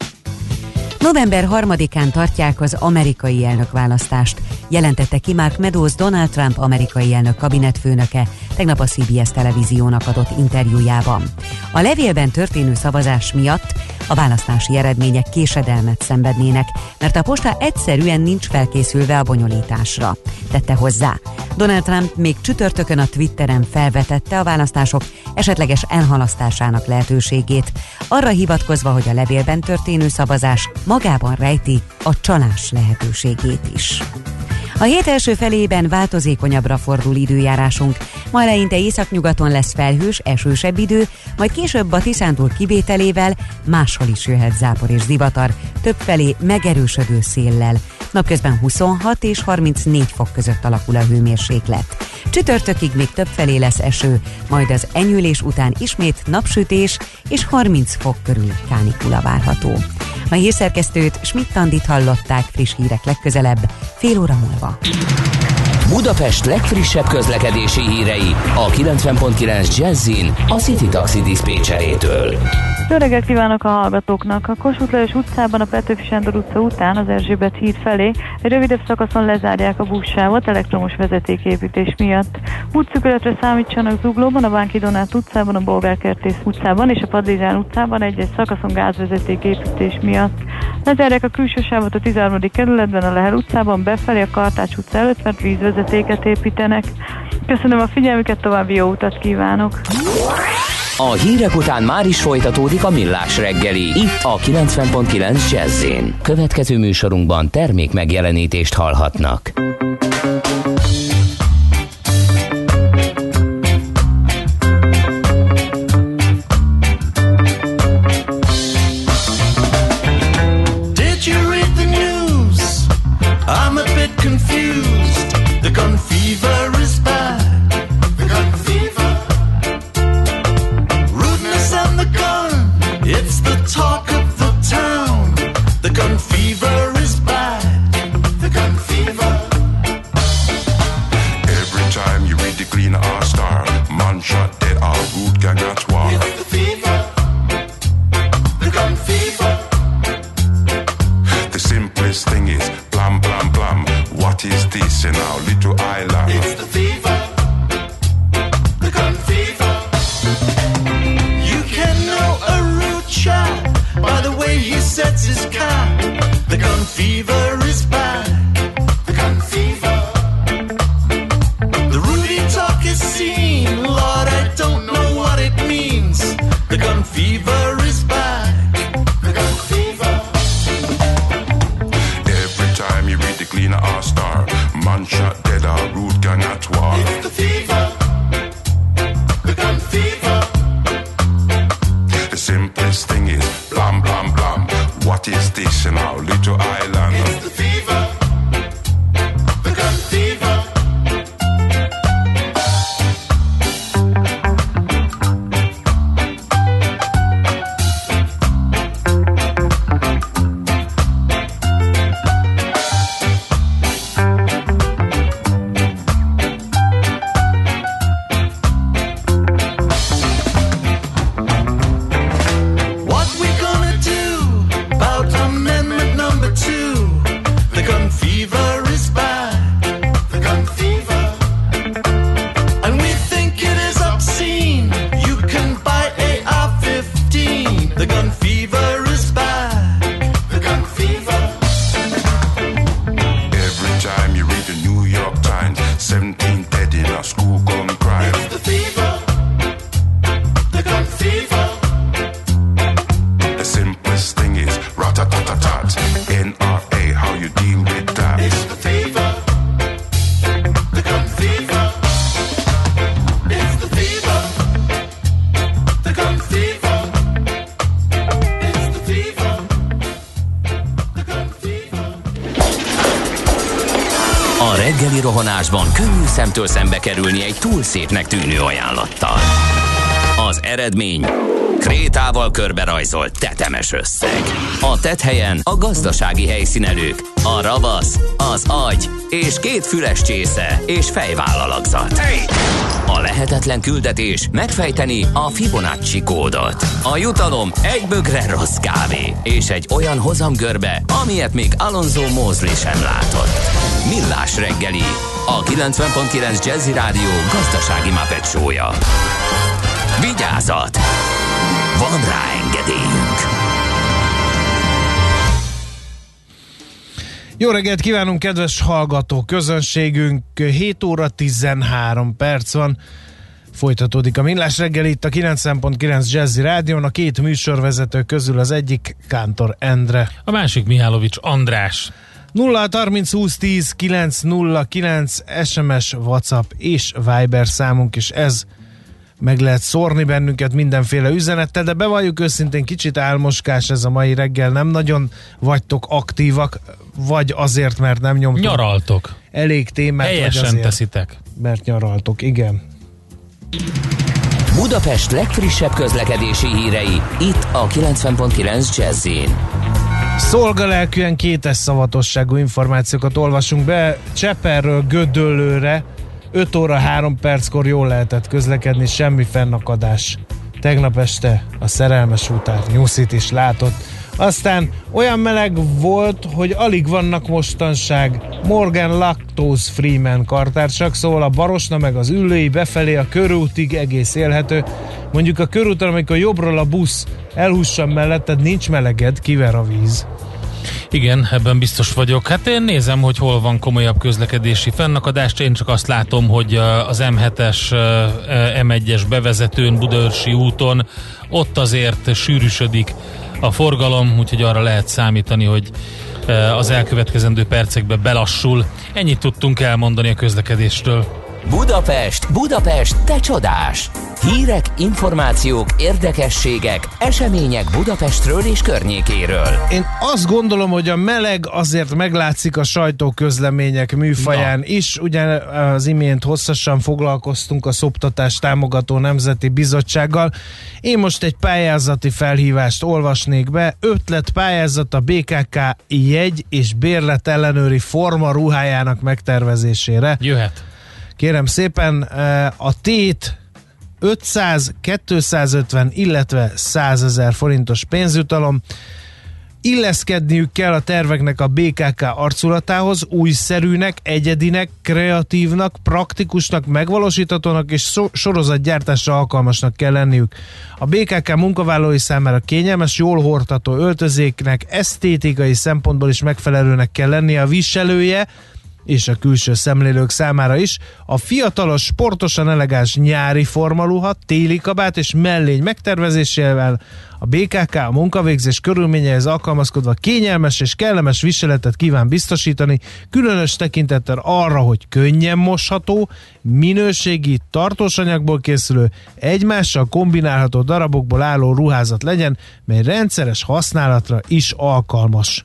November harmadikán tartják az amerikai elnökválasztást, jelentette ki Mark Meadows, Donald Trump amerikai elnök kabinetfőnöke tegnap a cé bé es televíziónak adott interjújában. A levélben történő szavazás miatt a választási eredmények késedelmet szenvednének, mert a posta egyszerűen nincs felkészülve a bonyolításra, tette hozzá. Donald Trump még csütörtökön a Twitteren felvetette a választások esetleges elhalasztásának lehetőségét, arra hivatkozva, hogy a levélben történő szavazás magában rejti a csalás lehetőségét is. A hét első felében változékonyabbra fordul időjárásunk. Ma eleinte északnyugaton lesz felhős, esősebb idő, majd később a Tiszántúl kivételével máshol is jöhet zápor és zivatar, többfelé megerősödő széllel. Napközben huszonhat és harmincnégy fok között alakul a hőmérséklet. Csütörtökig még többfelé lesz eső, majd az enyhülés után ismét napsütés és harminc fok körül kánikula várható. A hírszerkesztőt, Schmidt-Tandit hallották, friss hírek legközelebb, fél óra múlva. Budapest legfrissebb közlekedési hírei a kilencven pont kilenc Jazzin a City Taxi diszpécserétől. Jó reggelt kívánok a hallgatóknak! A Kossuth Lajos utcában a Petőfi Sándor utca után az Erzsébet híd felé egy rövidebb szakaszon lezárják a buszsávot elektromos vezetéképítés miatt. Útszükületre számítsanak Zuglóban, a Bánki Donát utcában, a Bolgárkertész utcában és a Padlizsán utcában egy-egy szakaszon gázvezetéképítés miatt. Lezárják a külső sávot a tizenharmadik kerületben, a Lehel utcában befelé a Kartács utca előtt, mert vízvezetéket építenek. Köszönöm a figyelmüket, további jó utat kívánok! A hírek után már is folytatódik a Millás reggeli, itt a kilencven pont kilenc Jazz-én. Következő műsorunkban termék megjelenítést hallhatnak. Did you read the news? I'm a bit confused. The gun fever is bad. The gun fever. Rudeness and the gun. It's the talk of the town. The gun fever is bad. The gun fever. reggeli rohanásban könnyű szemtől szembe kerülni egy túl szépnek tűnő ajánlattal. Az eredmény krétával körberajzolt tetemes összeg. A tetthelyen a gazdasági helyszínelők, a ravasz, az agy és két füles csésze és fejvállalakzat. A lehetetlen küldetés megfejteni a Fibonacci kódot. A jutalom egy bögre rossz kávé és egy olyan hozamgörbe, amilyet még Alonso Mosley sem látott. Millás reggeli, a kilencven pont kilenc Jazzy Rádió gazdasági Muppet show-ja. Vigyázat! Van rá engedélyünk! Jó reggelt kívánunk, kedves hallgató közönségünk! hét óra tizenhárom perc van. Folytatódik a Millás reggeli itt a kilencven pont kilenc Jazzy Rádión. A két műsorvezető közül az egyik Kántor Endre. A másik Mihálovics András. nulla harminc húsz tíz kilenc nulla kilenc es em es, WhatsApp és Viber számunk, és ez meg lehet szórni bennünket mindenféle üzenettel, de bevalljuk őszintén, kicsit álmoskás ez a mai reggel, nem nagyon vagytok aktívak, vagy azért, mert nem nyomtok Nyaraltok. elég témát, Helyesen vagy azért, teszitek. mert nyaraltok, igen. Budapest legfrissebb közlekedési hírei, itt a kilencven pont kilenc Jazzyn. Szolgalelkűen kétes szavatosságú információkat olvasunk be. Cseperről Gödöllőre öt óra három perckor jól lehetett közlekedni, semmi fennakadás. Tegnap este a Szerelmes útár nyuszit is látott. Aztán olyan meleg volt, hogy alig vannak mostanság Morgan Lactose Freeman kartársak, szóval a Barosna meg az Üllői befelé a körútig egész élhető. Mondjuk a körúton, amikor jobbról a busz elhussan melletted, nincs meleged, kiver a víz. Igen, ebben biztos vagyok. Hát én nézem, hogy hol van komolyabb közlekedési fennakadást. Én csak azt látom, hogy az em hetes, em egyes bevezetőn, Budaörsi úton ott azért sűrűsödik a forgalom, úgyhogy arra lehet számítani, hogy az elkövetkezendő percekben belassul. Ennyit tudtunk elmondani a közlekedésről. Budapest, Budapest, te csodás! Hírek, információk, érdekességek, események Budapestről és környékéről. Én azt gondolom, hogy a meleg azért meglátszik a sajtóközlemények műfaján Na. is. Ugye az imént hosszasan foglalkoztunk a Szoptatás Támogató Nemzeti Bizottsággal. Én most egy pályázati felhívást olvasnék be. Ötlet pályázat a bé ká ká jegy és bérlet ellenőri forma ruhájának megtervezésére. Jöhet. Kérem szépen, a tét ötszáz, kétszázötven, illetve százezer forintos pénzjutalom. Illeszkedniük kell a terveknek a bé ká ká arculatához, újszerűnek, egyedinek, kreatívnak, praktikusnak, megvalósíthatónak és so- sorozatgyártásra alkalmasnak kell lenniük. A bé ká ká munkavállalói számára kényelmes, jól hordható öltözéknek, esztétikai szempontból is megfelelőnek kell lennie a viselője, és a külső szemlélők számára is. A fiatalos, sportosan elegáns nyári formaruha, téli kabát és mellény megtervezésével a bé ká ká a munkavégzés körülményeihez alkalmazkodva kényelmes és kellemes viseletet kíván biztosítani, különös tekintettel arra, hogy könnyen mosható, minőségi, tartós anyagból készülő, egymással kombinálható darabokból álló ruházat legyen, mely rendszeres használatra is alkalmas.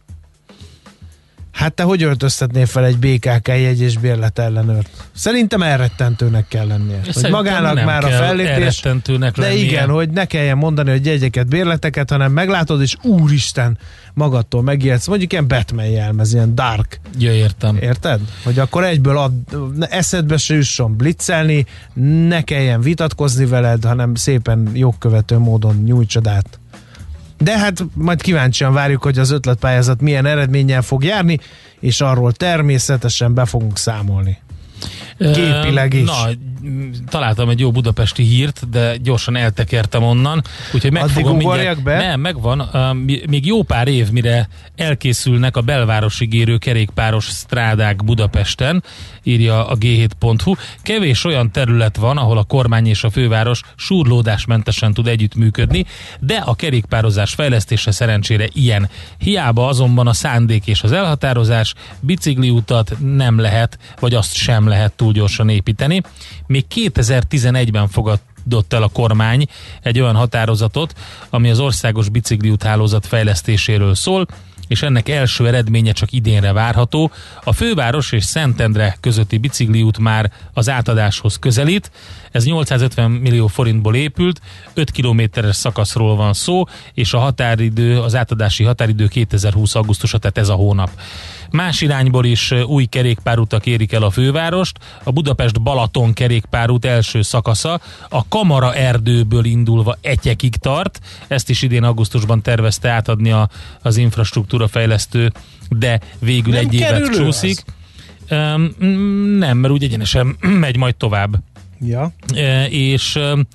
Hát te hogy öltöztetnél fel egy bé ká ká jegy és bérlet ellenőrt? Szerintem elrettentőnek kell lennie. Hogy magának már a fellépés, de lennie. Igen, hogy ne kelljen mondani, hogy jegyeket, bérleteket, hanem meglátod, és úristen, magadtól megijedsz. Mondjuk ilyen Batman jelmez, ilyen dark. Ja, értem. Érted? Hogy akkor egyből ad, eszedbe se jusson blitzelni, ne kelljen vitatkozni veled, hanem szépen jogkövető módon nyújtsad át. De hát majd kíváncsian várjuk, hogy az ötletpályázat milyen eredménnyel fog járni, és arról természetesen be fogunk számolni. Képileg is. Na, találtam egy jó budapesti hírt, de gyorsan eltekertem onnan, úgyhogy meg Addig fogom mindjárt... be? Nem, megvan. Még jó pár év, mire elkészülnek a belvárosig érő kerékpáros strádák Budapesten, írja a gé hét pont hu. Kevés olyan terület van, ahol a kormány és a főváros súrlódásmentesen tud együttműködni, de a kerékpározás fejlesztése szerencsére ilyen. Hiába azonban a szándék és az elhatározás, bicikliutat nem lehet, vagy azt sem lehet túl gyorsan építeni. Még kétezer-tizenegyben fogadta fogadott el a kormány egy olyan határozatot, ami az országos bicikliút hálózat fejlesztéséről szól, és ennek első eredménye csak idénre várható. A főváros és Szentendre közötti bicikliút már az átadáshoz közelít. Ez nyolcszázötven millió forintból épült, öt kilométeres szakaszról van szó, és a határidő, az átadási határidő kétezer-húsz augusztusa, tehát ez a hónap. Más irányból is új kerékpárutak érik el a fővárost. A Budapest-Balaton kerékpárút első szakasza a Kamara erdőből indulva Etyekig tart. Ezt is idén augusztusban tervezte átadni a, az infrastruktúra fejlesztő, de végül nem egy évet csúszik. Um, nem, mert úgy egyenesen megy majd tovább. Ja. E, és um,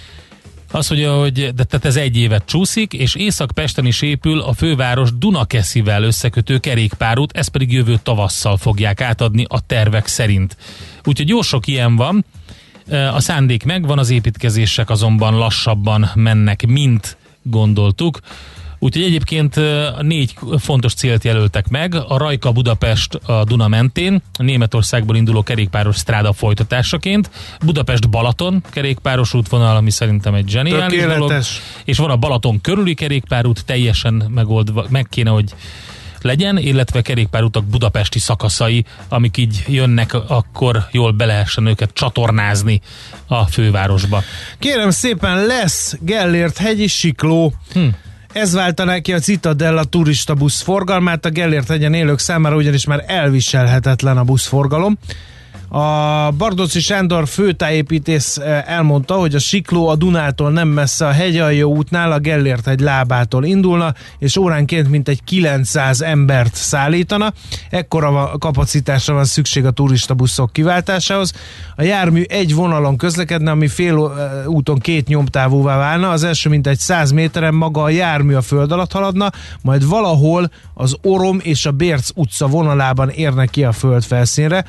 az, hogy, hogy de, tehát ez egy évet csúszik, és Észak-Pesten is épül a főváros Dunakeszivel összekötő kerékpárút, ezt pedig jövő tavasszal fogják átadni a tervek szerint. Úgyhogy jó sok ilyen van. A szándék megvan, az építkezések azonban lassabban mennek, mint gondoltuk. Úgyhogy egyébként négy fontos célt jelöltek meg. A Rajka Budapest a Duna mentén, a Németországból induló kerékpáros stráda folytatásaként, Budapest Balaton kerékpáros útvonal, ami szerintem egy zseniális dolog. És van a Balaton körüli kerékpárút, teljesen megoldva, meg kéne, hogy legyen, illetve kerékpárutak budapesti szakaszai, amik így jönnek, akkor jól be lehessen őket csatornázni a fővárosba. Kérem szépen, lesz Gellért hegyi sikló. Hm. Ez váltaná ki a Citadella turista busz forgalmát, a Gellért hegyen élők számára ugyanis már elviselhetetlen a buszforgalom. A Bardóczy Sándor főtájépítész elmondta, hogy a sikló a Dunától nem messze a Hegyaljó útnál a Gellért hegy lábától indulna, és óránként mintegy kilencszáz embert szállítana. Ekkora kapacitásra van szükség a turistabuszok kiváltásához. A jármű egy vonalon közlekedne, ami fél úton két nyomtávúvá válna. Az első mintegy száz méteren maga a jármű a föld alatt haladna, majd valahol az Orom és a Bérc utca vonalában érne ki a föld felszínre.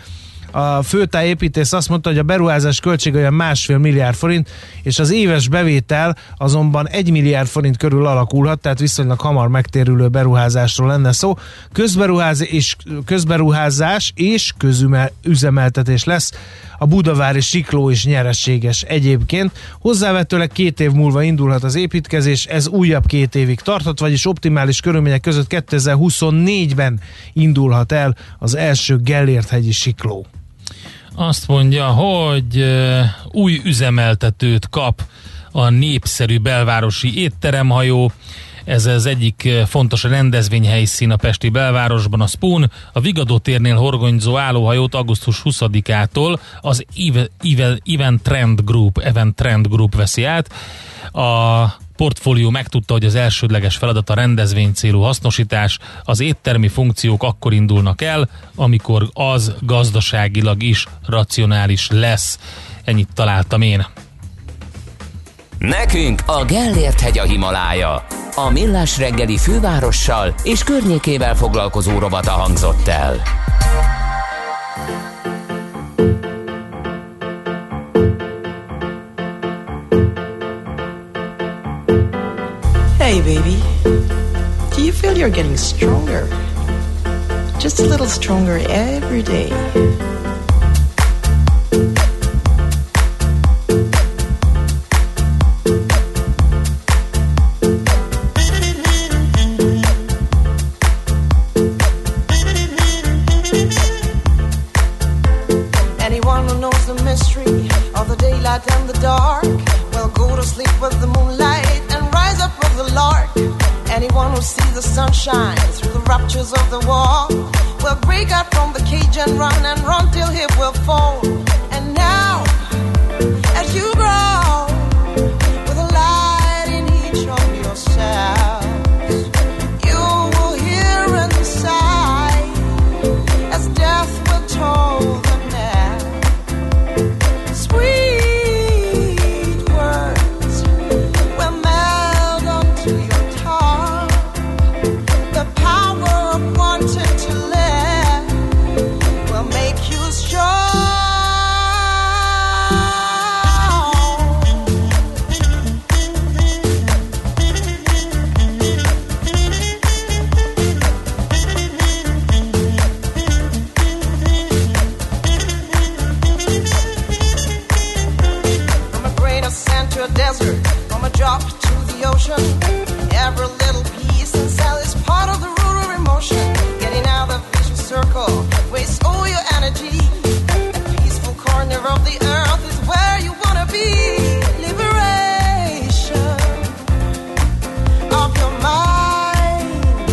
A főtájépítész azt mondta, hogy a beruházás költsége olyan másfél milliárd forint, és az éves bevétel azonban egy milliárd forint körül alakulhat, tehát viszonylag hamar megtérülő beruházásról lenne szó. Közberuházás és, közberuházás és közüzemeltetés lesz. A budavári sikló is nyereséges egyébként. Hozzávetőleg két év múlva indulhat az építkezés, ez újabb két évig tartott, vagyis optimális körülmények között kétezer-huszonnégyben indulhat el az első Gellért hegyi sikló. Azt mondja, hogy új üzemeltetőt kap a népszerű belvárosi étteremhajó. Ez az egyik fontos rendezvényhelyszín a pesti belvárosban, a Spoon. A Vigadó térnél horgonyzó állóhajót augusztus huszadikától az Event Trend Group, Event Trend Group veszi át. A portfólió megtudta, hogy az elsődleges feladat a rendezvény célú hasznosítás. Az éttermi funkciók akkor indulnak el, amikor az gazdaságilag is racionális lesz. Ennyit találtam én. Nekünk a Gellért hegy a Himalája. A Millás reggeli fővárossal és környékével foglalkozó rovata hangzott el. Hey baby, do you feel you're getting stronger? Just a little stronger every day. And the dark, well, go to sleep with the moonlight and rise up with the lark. Anyone who sees the sunshine through the raptures of the wall will break out from the cage and run and run till he will fall. And now, as you grow with a light in each of yourselves, you will hear and sigh as death will toll the net. Sweet strong. from a drop to the ocean. Every little piece and cell is part of the rural emotion. Getting out of the vicious circle, waste all your energy. A peaceful corner of the earth is where you wanna be. Liberation of your mind.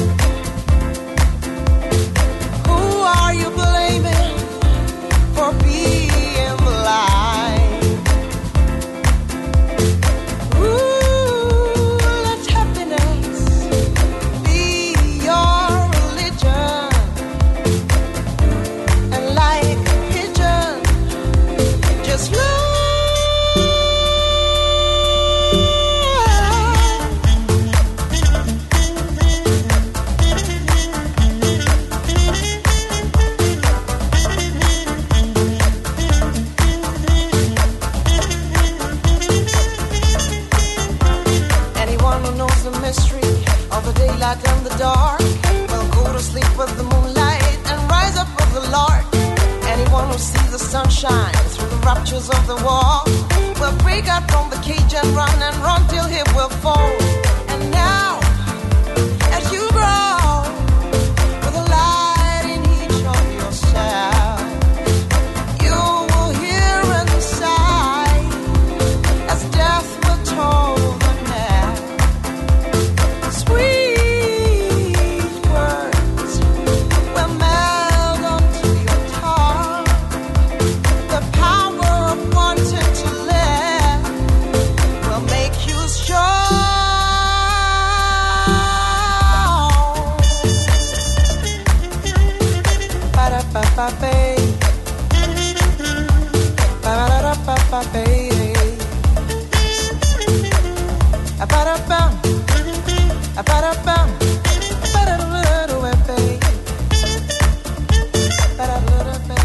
Who are you blaming for being blind? Ooh, let happiness be your religion. And like a pigeon, just fly. Anyone who knows the mystery of the daylight and the dark will go to sleep with the moonlight and rise up with the lark. Anyone who sees the sunshine through the raptures of the wall will break out from the cage and run and run till he will fall. And now, as you grow with a light in each of yourself, you will hear inside as death will toll the knell. Sweet words will meld onto your tongue. The power of wanting to live will make you strong. Ba-da-ba-ba-ba. Ba-da-da-ba-ba-ba. Ba-da-bum. Ba-da-bum. Ba-da-da-da-da-da-da. Ba-da-da-da-da-da.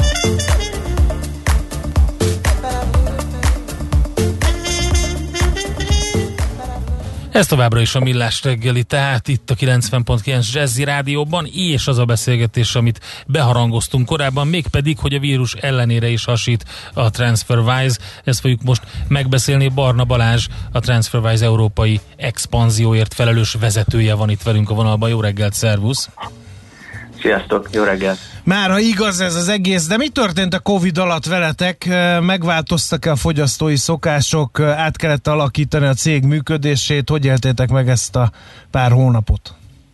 Ez továbbra is a Millás reggeli, tehát itt a kilencven pont kilenc Jazzy Rádióban, és az a beszélgetés, amit beharangoztunk korábban, mégpedig, hogy a vírus ellenére is hasít a TransferWise. Ezt fogjuk most megbeszélni. Barna Balázs, a TransferWise európai expanzióért felelős vezetője van itt velünk a vonalban. Jó reggelt, szervusz! Sziasztok, jó reggelt! Már ha igaz ez az egész, de mi történt a Covid alatt veletek? Megváltoztak-e a fogyasztói szokások? Át kellett alakítani a cég működését? Hogy éltétek meg ezt a pár hónapot?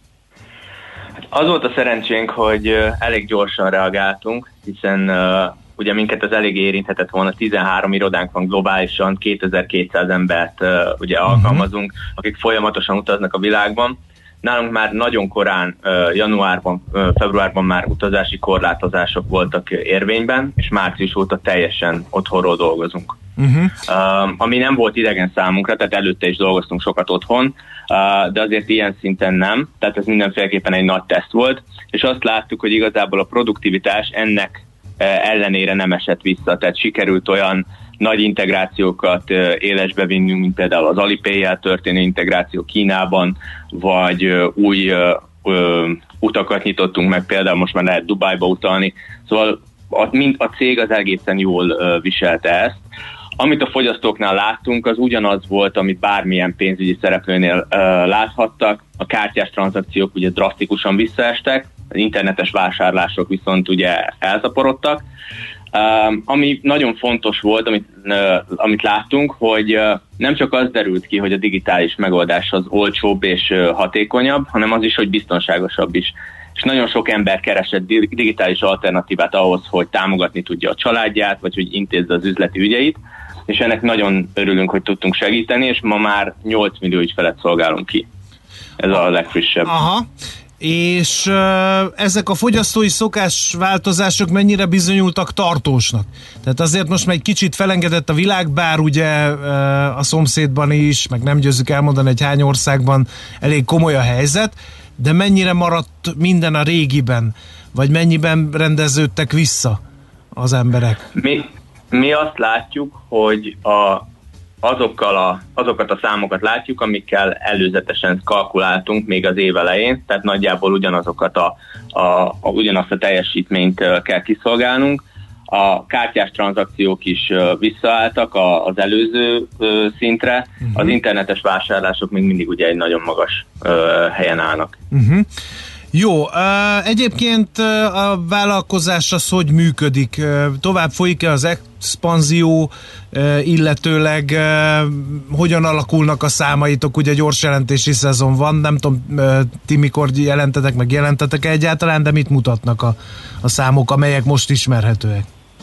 Az volt a szerencsénk, hogy elég gyorsan reagáltunk, hiszen uh, ugye minket az elég érinthetett volna, tizenhárom irodánk van globálisan, kétezer-kétszáz embert uh, ugye uh-huh. alkalmazunk, akik folyamatosan utaznak a világban. Nálunk már nagyon korán, januárban, februárban már utazási korlátozások voltak érvényben, és március óta teljesen otthonról dolgozunk. Uh-huh. Uh, ami nem volt idegen számunkra, tehát előtte is dolgoztunk sokat otthon, uh, de azért ilyen szinten nem, tehát ez mindenféleképpen egy nagy teszt volt, és azt láttuk, hogy igazából a produktivitás ennek uh, ellenére nem esett vissza, tehát sikerült olyan nagy integrációkat uh, élesbe vinnünk, mint például az Alipay-jel történő integráció Kínában, vagy uh, új uh, uh, utakat nyitottunk meg, például most már lehet Dubájba utalni, szóval a, mind a cég az egészen jól uh, viselte ezt. Amit a fogyasztóknál láttunk, az ugyanaz volt, amit bármilyen pénzügyi szereplőnél uh, láthattak. A kártyás tranzakciók ugye drasztikusan visszaestek, az internetes vásárlások viszont ugye elszaporodtak. Uh, ami nagyon fontos volt, amit, uh, amit láttunk, hogy uh, nem csak az derült ki, hogy a digitális megoldás az olcsóbb és uh, hatékonyabb, hanem az is, hogy biztonságosabb is. És nagyon sok ember keresett digitális alternatívát ahhoz, hogy támogatni tudja a családját, vagy hogy intézze az üzleti ügyeit, és ennek nagyon örülünk, hogy tudtunk segíteni, és ma már nyolc millió ügyfelet szolgálunk ki. Ez a legfrissebb. Aha. És uh, ezek a fogyasztói szokásváltozások mennyire bizonyultak tartósnak? Tehát azért most már egy kicsit felengedett a világ, bár ugye uh, a szomszédban is, meg nem győzzük elmondani, hogy hány országban elég komoly a helyzet, de mennyire maradt minden a régiben? Vagy mennyiben rendeződtek vissza az emberek? Mi, mi azt látjuk, hogy a Azokkal a, azokat a számokat látjuk, amikkel előzetesen kalkuláltunk még az év elején, tehát nagyjából ugyanazokat a, a, a, ugyanazt a teljesítményt kell kiszolgálnunk. A kártyás tranzakciók is visszaálltak az előző szintre, uh-huh. Az internetes vásárlások még mindig ugye egy nagyon magas helyen állnak. Uh-huh. Jó, uh, egyébként uh, a vállalkozás az hogy működik? Uh, tovább folyik-e az expanzió, uh, illetőleg uh, hogyan alakulnak a számaitok? Ugye gyors jelentési szezon van, nem tudom, uh, ti mikor jelentetek, meg jelentetek egyáltalán, de mit mutatnak a, a számok, amelyek most ismerhetőek?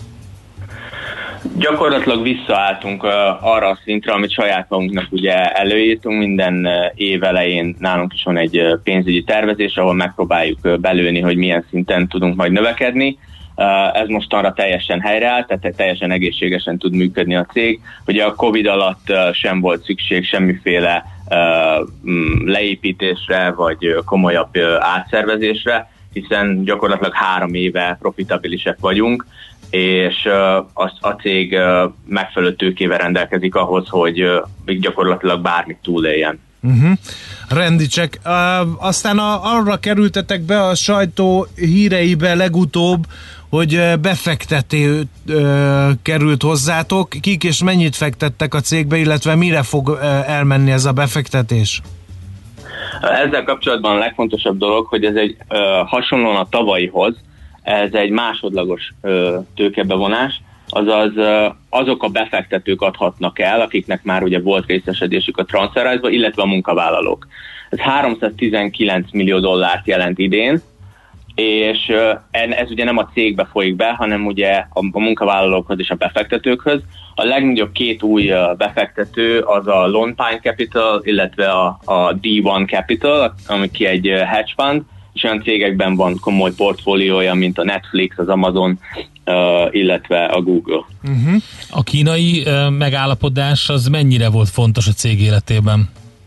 Gyakorlatilag visszaálltunk uh, arra a szintre, amit saját magunknak ugye előírtunk. Minden uh, év elején nálunk is van egy uh, pénzügyi tervezés, ahol megpróbáljuk uh, belőni, hogy milyen szinten tudunk majd növekedni. Uh, ez mostanra teljesen helyreállt, tehát teljesen egészségesen tud működni a cég. Ugye a Covid alatt uh, sem volt szükség semmiféle uh, leépítésre, vagy uh, komolyabb uh, átszervezésre, hiszen gyakorlatilag három éve profitabilisek vagyunk, és uh, a, a cég uh, megfelelő tőkével rendelkezik ahhoz, hogy uh, gyakorlatilag bármit túléljen. Uh-huh. Rendicsek. Uh, aztán a, arra kerültetek be a sajtó híreibe legutóbb, hogy befektető uh, került hozzátok. Kik és mennyit fektettek a cégbe, illetve mire fog uh, elmenni ez a befektetés? Ezzel kapcsolatban a legfontosabb dolog, hogy ez egy uh, hasonlóan a tavalyihoz, ez egy másodlagos ö, tőkebevonás, azaz ö, azok a befektetők adhatnak el, akiknek már ugye volt részesedésük a TransferWise-ba, illetve a munkavállalók. Ez háromszáztizenkilenc millió dollárt jelent idén, és ö, ez ugye nem a cégbe folyik be, hanem ugye a, a munkavállalókhoz és a befektetőkhöz. A legnagyobb két új ö, befektető az a Lone Pine Capital, illetve a, a D one Capital, ami ki egy ö, hedge fund, és olyan cégekben van komoly portfóliója, mint a Netflix, az Amazon, uh, illetve a Google. Uh-huh. A kínai uh, megállapodás az mennyire volt fontos a cég életében?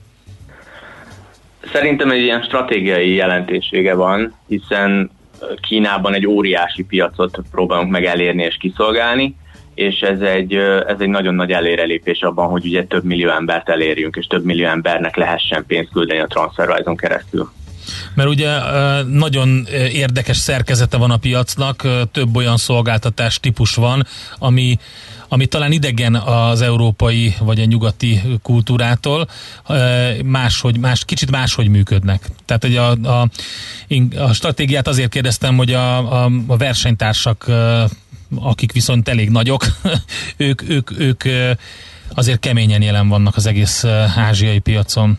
Szerintem egy ilyen stratégiai jelentősége van, hiszen Kínában egy óriási piacot próbálunk meg elérni és kiszolgálni, és ez egy, ez egy nagyon nagy előrelépés abban, hogy ugye több millió embert elérjünk, és több millió embernek lehessen pénzt küldeni a TransferWise-on keresztül. Mert ugye nagyon érdekes szerkezete van a piacnak, több olyan szolgáltatás típus van, ami, ami talán idegen az európai vagy a nyugati kultúrától, máshogy, más, kicsit máshogy működnek. Tehát hogy a, a, a stratégiát azért kérdeztem, hogy a, a, a versenytársak, akik viszont elég nagyok, ők, ők, ők azért keményen jelen vannak az egész ázsiai piacon.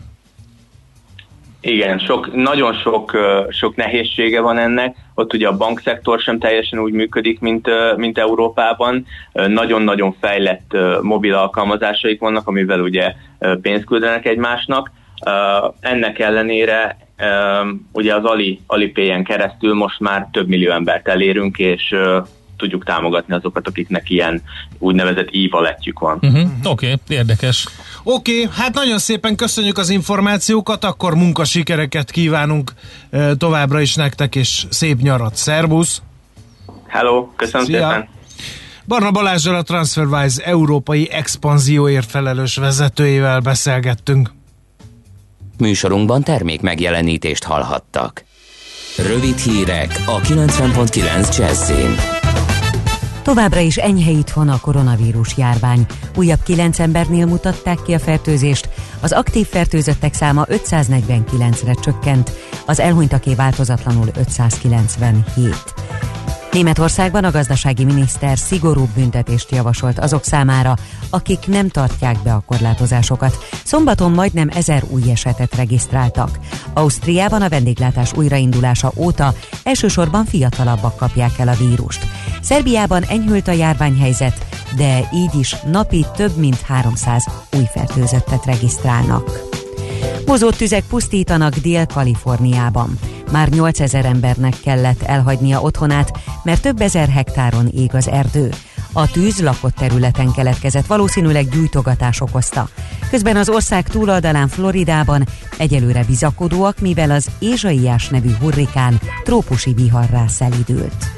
Igen, sok, nagyon sok, sok nehézsége van ennek. Ott ugye a bankszektor sem teljesen úgy működik, mint, mint Európában. Nagyon-nagyon fejlett mobil alkalmazásaik vannak, amivel ugye pénzt küldenek egymásnak. Ennek ellenére ugye az Ali, Alipay-en keresztül most már több millió embert elérünk, és tudjuk támogatni azokat, akiknek ilyen úgynevezett e-walletjük van. Uh-huh. Oké, okay, érdekes. Oké, okay, hát nagyon szépen köszönjük az információkat, akkor munkasikereket kívánunk e, továbbra is nektek, és szép nyarat. Szervusz! Hello, köszönöm Szia. Szépen! Barna Balázsral, a TransferWise európai expanzióért felelős vezetőjével beszélgettünk. Műsorunkban termék megjelenítést hallhattak. Rövid hírek a kilencven pont kilenc Jazzin. Továbbra is enyhe itthon a koronavírus járvány. Újabb kilenc embernél mutatták ki a fertőzést, az aktív fertőzöttek száma ötszáznegyvenkilencre csökkent, az elhunytaké változatlanul ötszázkilencvenhét. Németországban a gazdasági miniszter szigorúbb büntetést javasolt azok számára, akik nem tartják be a korlátozásokat. Szombaton majdnem ezer új esetet regisztráltak. Ausztriában a vendéglátás újraindulása óta elsősorban fiatalabbak kapják el a vírust. Szerbiában enyhült a járványhelyzet, de így is napi több mint háromszáz új fertőzöttet regisztrálnak. Mozó tüzek pusztítanak Dél-Kaliforniában. Már nyolcezer embernek kellett elhagynia otthonát, mert több ezer hektáron ég az erdő. A tűz lakott területen keletkezett, valószínűleg gyújtogatás okozta. Közben az ország túloldalán Floridában egyelőre bizakodóak, mivel az Ézsaiás nevű hurrikán trópusi viharrá szelídült.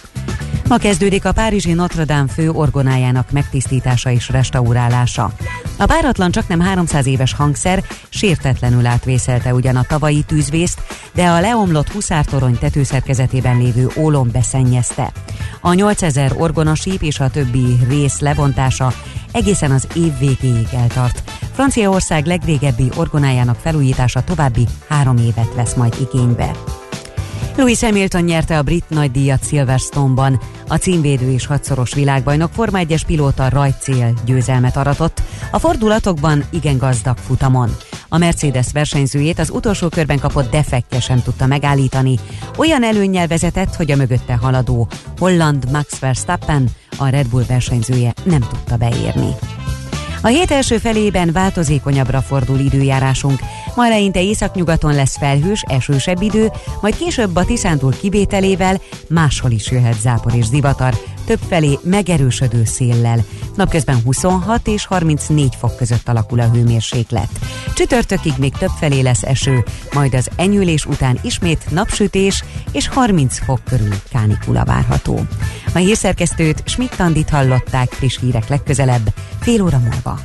Ma kezdődik a párizsi Notre Dame fő orgonájának megtisztítása és restaurálása. A páratlan csaknem háromszáz éves hangszer sértetlenül átvészelte ugyan a tavalyi tűzvészt, de a leomlott huszártorony tetőszerkezetében lévő ólom beszennyezte. A nyolcezer orgonasíp és a többi rész lebontása egészen az év végéig eltart. Franciaország legrégebbi orgonájának felújítása további három évet vesz majd igénybe. Lewis Hamilton nyerte a brit nagydíjat Silverstone-ban. A címvédő és hatszoros világbajnok Forma egyes pilóta rajtcél győzelmet aratott a fordulatokban igen gazdag futamon. A Mercedes versenyzőjét az utolsó körben kapott defektje sem tudta megállítani. Olyan előnnyel vezetett, hogy a mögötte haladó holland Max Verstappen, a Red Bull versenyzője nem tudta beérni. A hét első felében változékonyabbra fordul időjárásunk. Ma eleinte északnyugaton lesz felhős, esősebb idő, majd később a Tiszántúl kivételével máshol is jöhet zápor és zivatar, többfelé megerősödő széllel. Napközben huszonhat és harmincnégy fok között alakul a hőmérséklet. Csütörtökig még többfelé lesz eső, majd az enyhülés után ismét napsütés és harminc fok körül kánikula várható. A hírszerkesztőt, Schmidt-Tandit hallották, friss hírek legközelebb, fél óra múlva.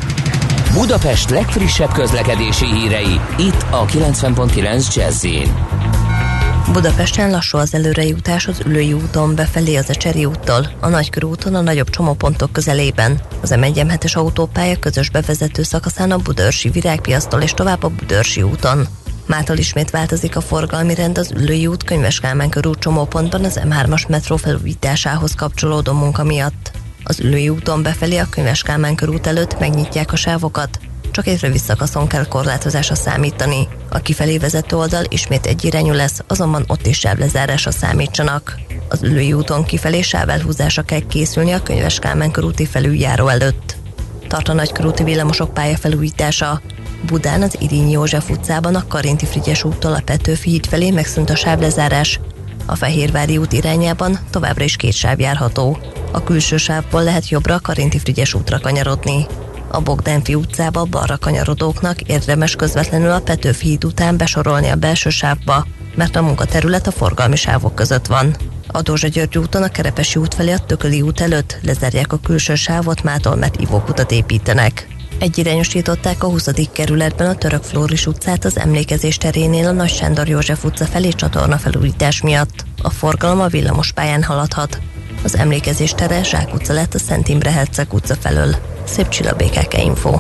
Budapest legfrissebb közlekedési hírei, itt a kilencven pont kilenc Jazz-in. Budapesten lassú az előrejutás az Üllői úton befelé az Ecseri úttól, a Nagykörúton a nagyobb csomópontok közelében. Az em egy em hetes autópálya közös bevezető szakaszán a Budaörsi Virágpiasztól és tovább a Budaörsi úton. Mától ismét változik a forgalmi rend az Üllői út Könyves Kálmán körút csomópontban az em hármas metró felújításához kapcsolódó munka miatt. Az Üllői úton befelé a Könyves Kálmán körút előtt megnyitják a sávokat, csak egy rövid szakaszon kell korlátozásra számítani. A kifelé vezető oldal ismét egyirányú lesz, azonban ott is sávlezárásra számítsanak. Az Üllői úton kifelé sávelhúzásra kell készülni a Könyves Kálmán körúti felüljáró előtt. Tart a Nagykörúti villamosok pályafelújítása. Budán az Irényi József utcában a Karinti Frigyes úttól a Petőfi híd felé megszűnt a sávlezárás. A Fehérvári út irányában továbbra is két sáv járható. A külső sávból lehet jobbra a Karinti Frigyes útra kanyarodni. A Bogdánfi utcába balra kanyarodóknak érdemes közvetlenül a Petőfi híd után besorolni a belső sávba, mert a munkaterület a forgalmi sávok között van. A Dózsa-György úton a Kerepesi út felé a Tököli út előtt lezárják a külső sávot mától, mert ivókutat építenek. Egyirányosították a huszadik kerületben a Török Flóris utcát az Emlékezés terénél a Nagy Sándor József utca felé csatorna felújítás miatt. A forgalom a villamospályán haladhat. Az Emlékezés tere Zsák utca lett a Szent Imre Herceg utca felől. Szép Csilla, bé ká ká Info.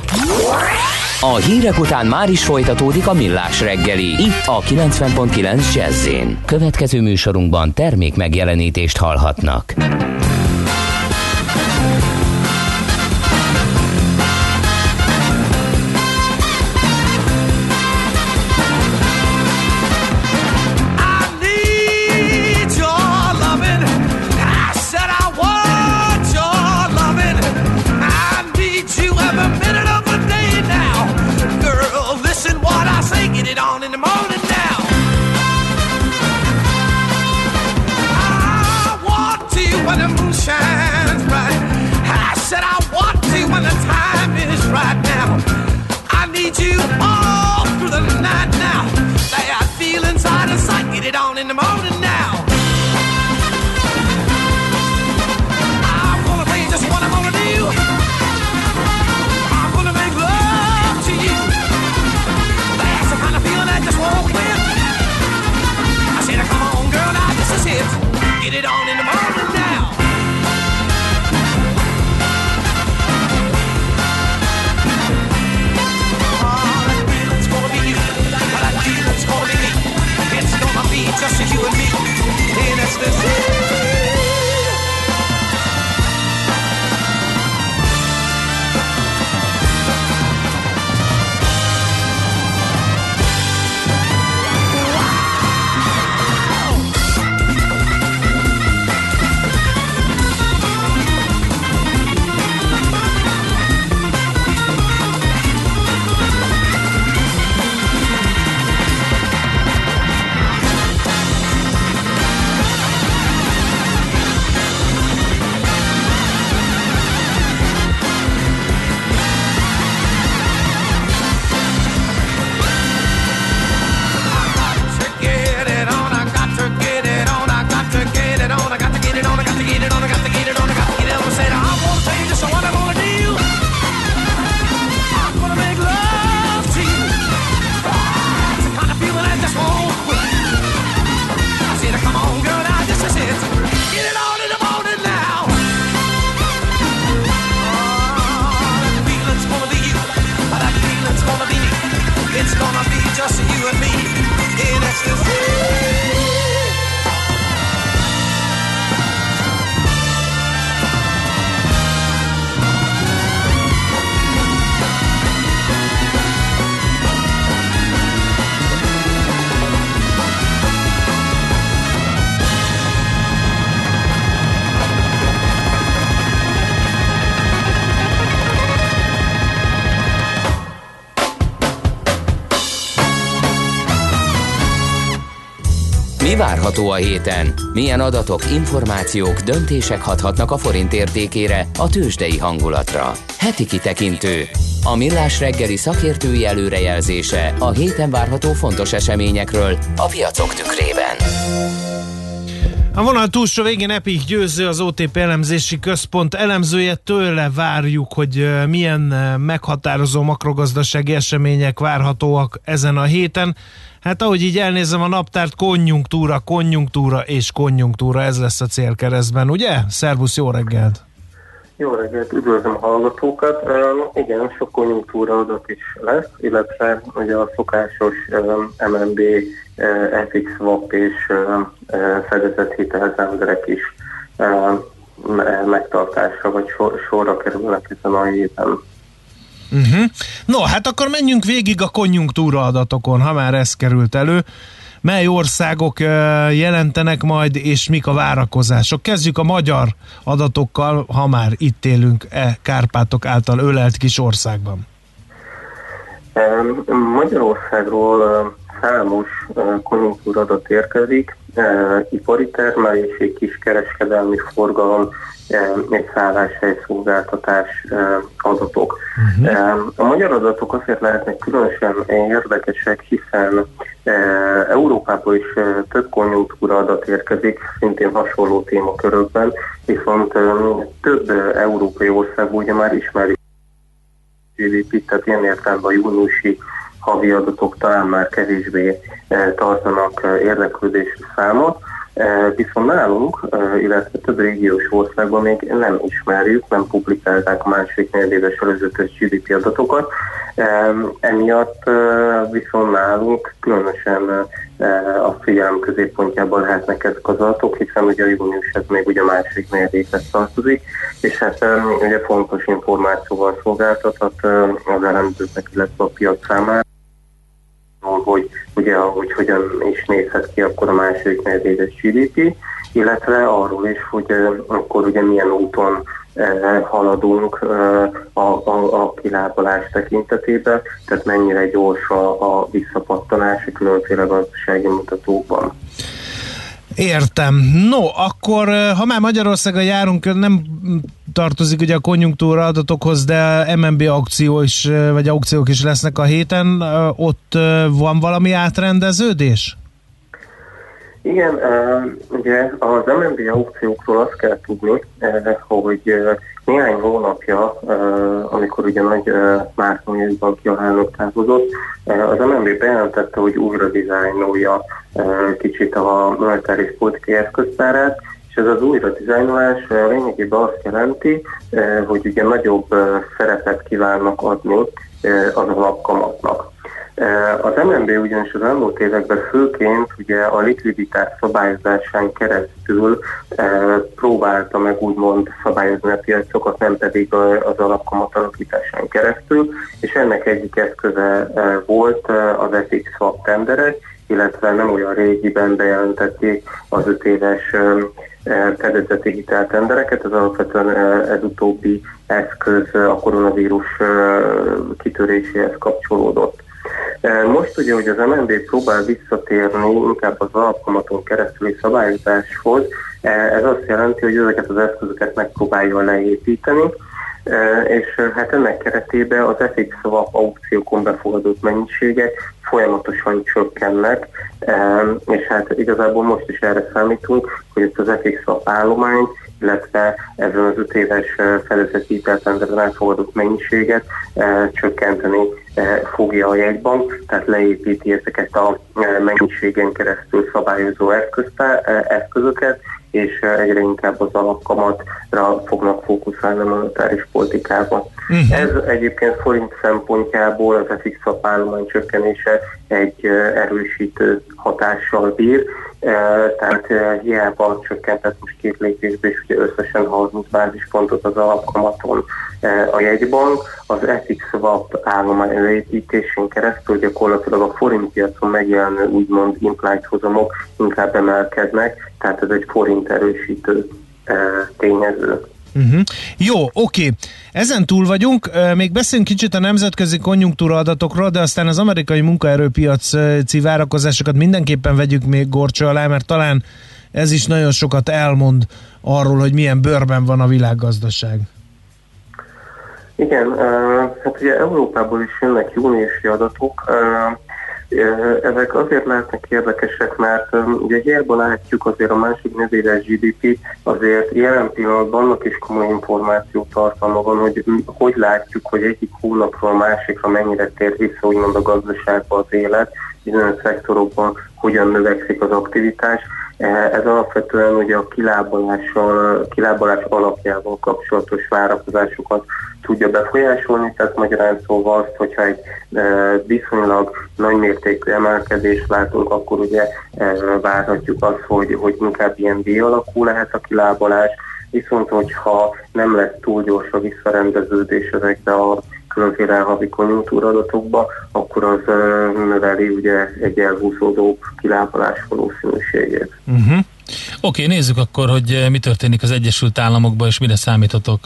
A hírek után már is folytatódik a Millás reggeli, itt a kilencven pont kilenc Jazz-in. Következő műsorunkban termék megjelenítést hallhatnak. Just you and me. Mi várható a héten? Milyen adatok, információk, döntések hathatnak a forint értékére, a tőzsdei hangulatra? Heti kitekintő. A Millás reggeli szakértői előrejelzése a héten várható fontos eseményekről a piacok tükrében. A vonal túlsó végén Epik Győző, az o té pé elemzési központ elemzője, tőle várjuk, hogy milyen meghatározó makrogazdasági események várhatóak ezen a héten. Hát ahogy így elnézem a naptárt, konjunktúra, konjunktúra és konjunktúra, ez lesz a célkeresztben, ugye? Szervusz, jó reggelt! Jó reggelt, üdvözlöm a hallgatókat. Uh, igen, sok konjunktúra adat is lesz, illetve ugye a szokásos um, em en bé, uh, ef iksz swap és uh, uh, fedezett hitelzendrek is uh, megtartásra vagy sor, sorra kerülnek ezen a héten. Uh-huh. No, hát akkor menjünk végig a konjunktúra adatokon, ha már ez került elő. Mely országok jelentenek majd, és mik a várakozások? Kezdjük a magyar adatokkal, ha már itt élünk e Kárpátok által ölelt kis országban. Magyarországról számos konjunktúradat érkezik, ipari termeléség, kiskereskedelmi forgalom és szálláshelyszolgáltatás adatok. Uh-huh. A magyar adatok azért lehetnek különösen érdekesek, hiszen Európából is több konjunktúra adat érkezik, szintén hasonló témakörökben, viszont több európai országból ugye már ismerik gé dé pét, tehát ilyen értelemben a júniusi havi adatok talán már kevésbé tartanak érdeklődési számot, viszont nálunk, illetve több régiós országban még nem ismerjük, nem publikálták a második negyedéves előzetes gé dé pé adatokat, emiatt viszont nálunk különösen a figyelem középpontjában lehetnek ezek az adatok, hiszen ugye a június ez még ugye a második negyedévhez tartozik, és hát ugye fontos információval szolgáltathat az elemzőknek, illetve a piac számára, hogy ugye, hogy hogyan is nézhet ki akkor a második negyedéves gé dé pé, illetve arról is, hogy akkor ugye milyen úton haladunk a, a, a kilábalás tekintetében, tehát mennyire gyors a, a visszapattanás a különféle gazdasági mutatókban. Értem. No, akkor ha már Magyarországon járunk, nem tartozik ugye a konjunktúra adatokhoz, de em en bé aukció is, vagy aukciók is lesznek a héten. Ott van valami átrendeződés? Igen, ugye az em en bé aukciókról azt kell tudni, hogy néhány hónapja, amikor ugye nagy Márton banki alelnök távozott, az em en bé bejelentette, hogy újra dizájnolja kicsit a monetáris politikai eszköztárát, és ez az újra dizájnolás lényegében azt jelenti, hogy ugye nagyobb szerepet kívánnak adni az alapkamatnak. Az em en bé ugyanis az elmúlt években főként ugye a likviditás szabályozásán keresztül próbálta meg úgymond szabályozni a piacokat, nem pedig az alapkamat alakításán keresztül, és ennek egyik eszköze volt az ef iksz swap tenderek, illetve nem olyan régiben bejelentették az öt éves fedezeti hiteltendereket, ez alapvetően ez utóbbi eszköz a koronavírus kitöréséhez kapcsolódott. Most ugye, hogy az em en bé próbál visszatérni inkább az alapkamaton keresztüli szabályozáshoz, ez azt jelenti, hogy ezeket az eszközöket megpróbálja leépíteni, és hát ennek keretében az ef iksz swap aukciókon befogadott mennyiségek folyamatosan csökkennek, és hát igazából most is erre számítunk, hogy ezt az ef iksz swap állományt, illetve ezen az öt éves fedezeti hiteltenderen elfogadott mennyiséget csökkenteni fogja a jegybank, tehát leépíti ezeket a mennyiségen keresztül szabályozó eszközöket, és egyre inkább az alapkamatra fognak fókuszálni a monetáris politikában. Uh-huh. Ez egyébként forint szempontjából az ef iksz swap állomány csökkenése egy erősítő hatással bír, tehát hiába csökkentett most két lépésben, és ugye összesen harminc bázispontot az alapkamaton a jegybank, az ef iksz swap állomány leépítésén keresztül gyakorlatilag a forintpiacon megjelenő úgymond implied hozamok inkább emelkednek, tehát ez egy forint erősítő tényező. Uh-huh. Jó, oké. Ezen túl vagyunk. Még beszéljünk kicsit a nemzetközi konjunktúra adatokról, de aztán az amerikai munkaerőpiaci várakozásokat mindenképpen vegyük még górcső alá, mert talán ez is nagyon sokat elmond arról, hogy milyen bőrben van a világgazdaság. Igen, hát ugye Európából is jönnek júniusi adatok. Ezek azért lehetnek érdekesek, mert ugye hiába látjuk azért a másik negyedéves gé dé pé, azért jelen pillanatban annak is komoly információ tartalma van, hogy hogy látjuk, hogy egyik hónapról a másikra mennyire tér vissza úgymond a gazdaságba az élet, bizonyos szektorokban hogyan növekszik az aktivitás. Ez alapvetően ugye a kilábalással, kilábalás alapjával kapcsolatos várakozásokat tudja befolyásolni, tehát magyarán szóval azt, hogyha egy e, viszonylag nagymértékű emelkedést látunk, akkor ugye e, várhatjuk azt, hogy, hogy inkább ilyen V alakú lehet a kilábalás, viszont hogyha nem lesz túl gyors a visszarendeződés ezekbe a különféle havi konjunktúra adatokba, akkor az e, növeli ugye egy elhúzódó kilábalás valószínűségét. Uh-huh. Oké, okay, nézzük akkor, hogy mi történik az Egyesült Államokban, és mire számítotok?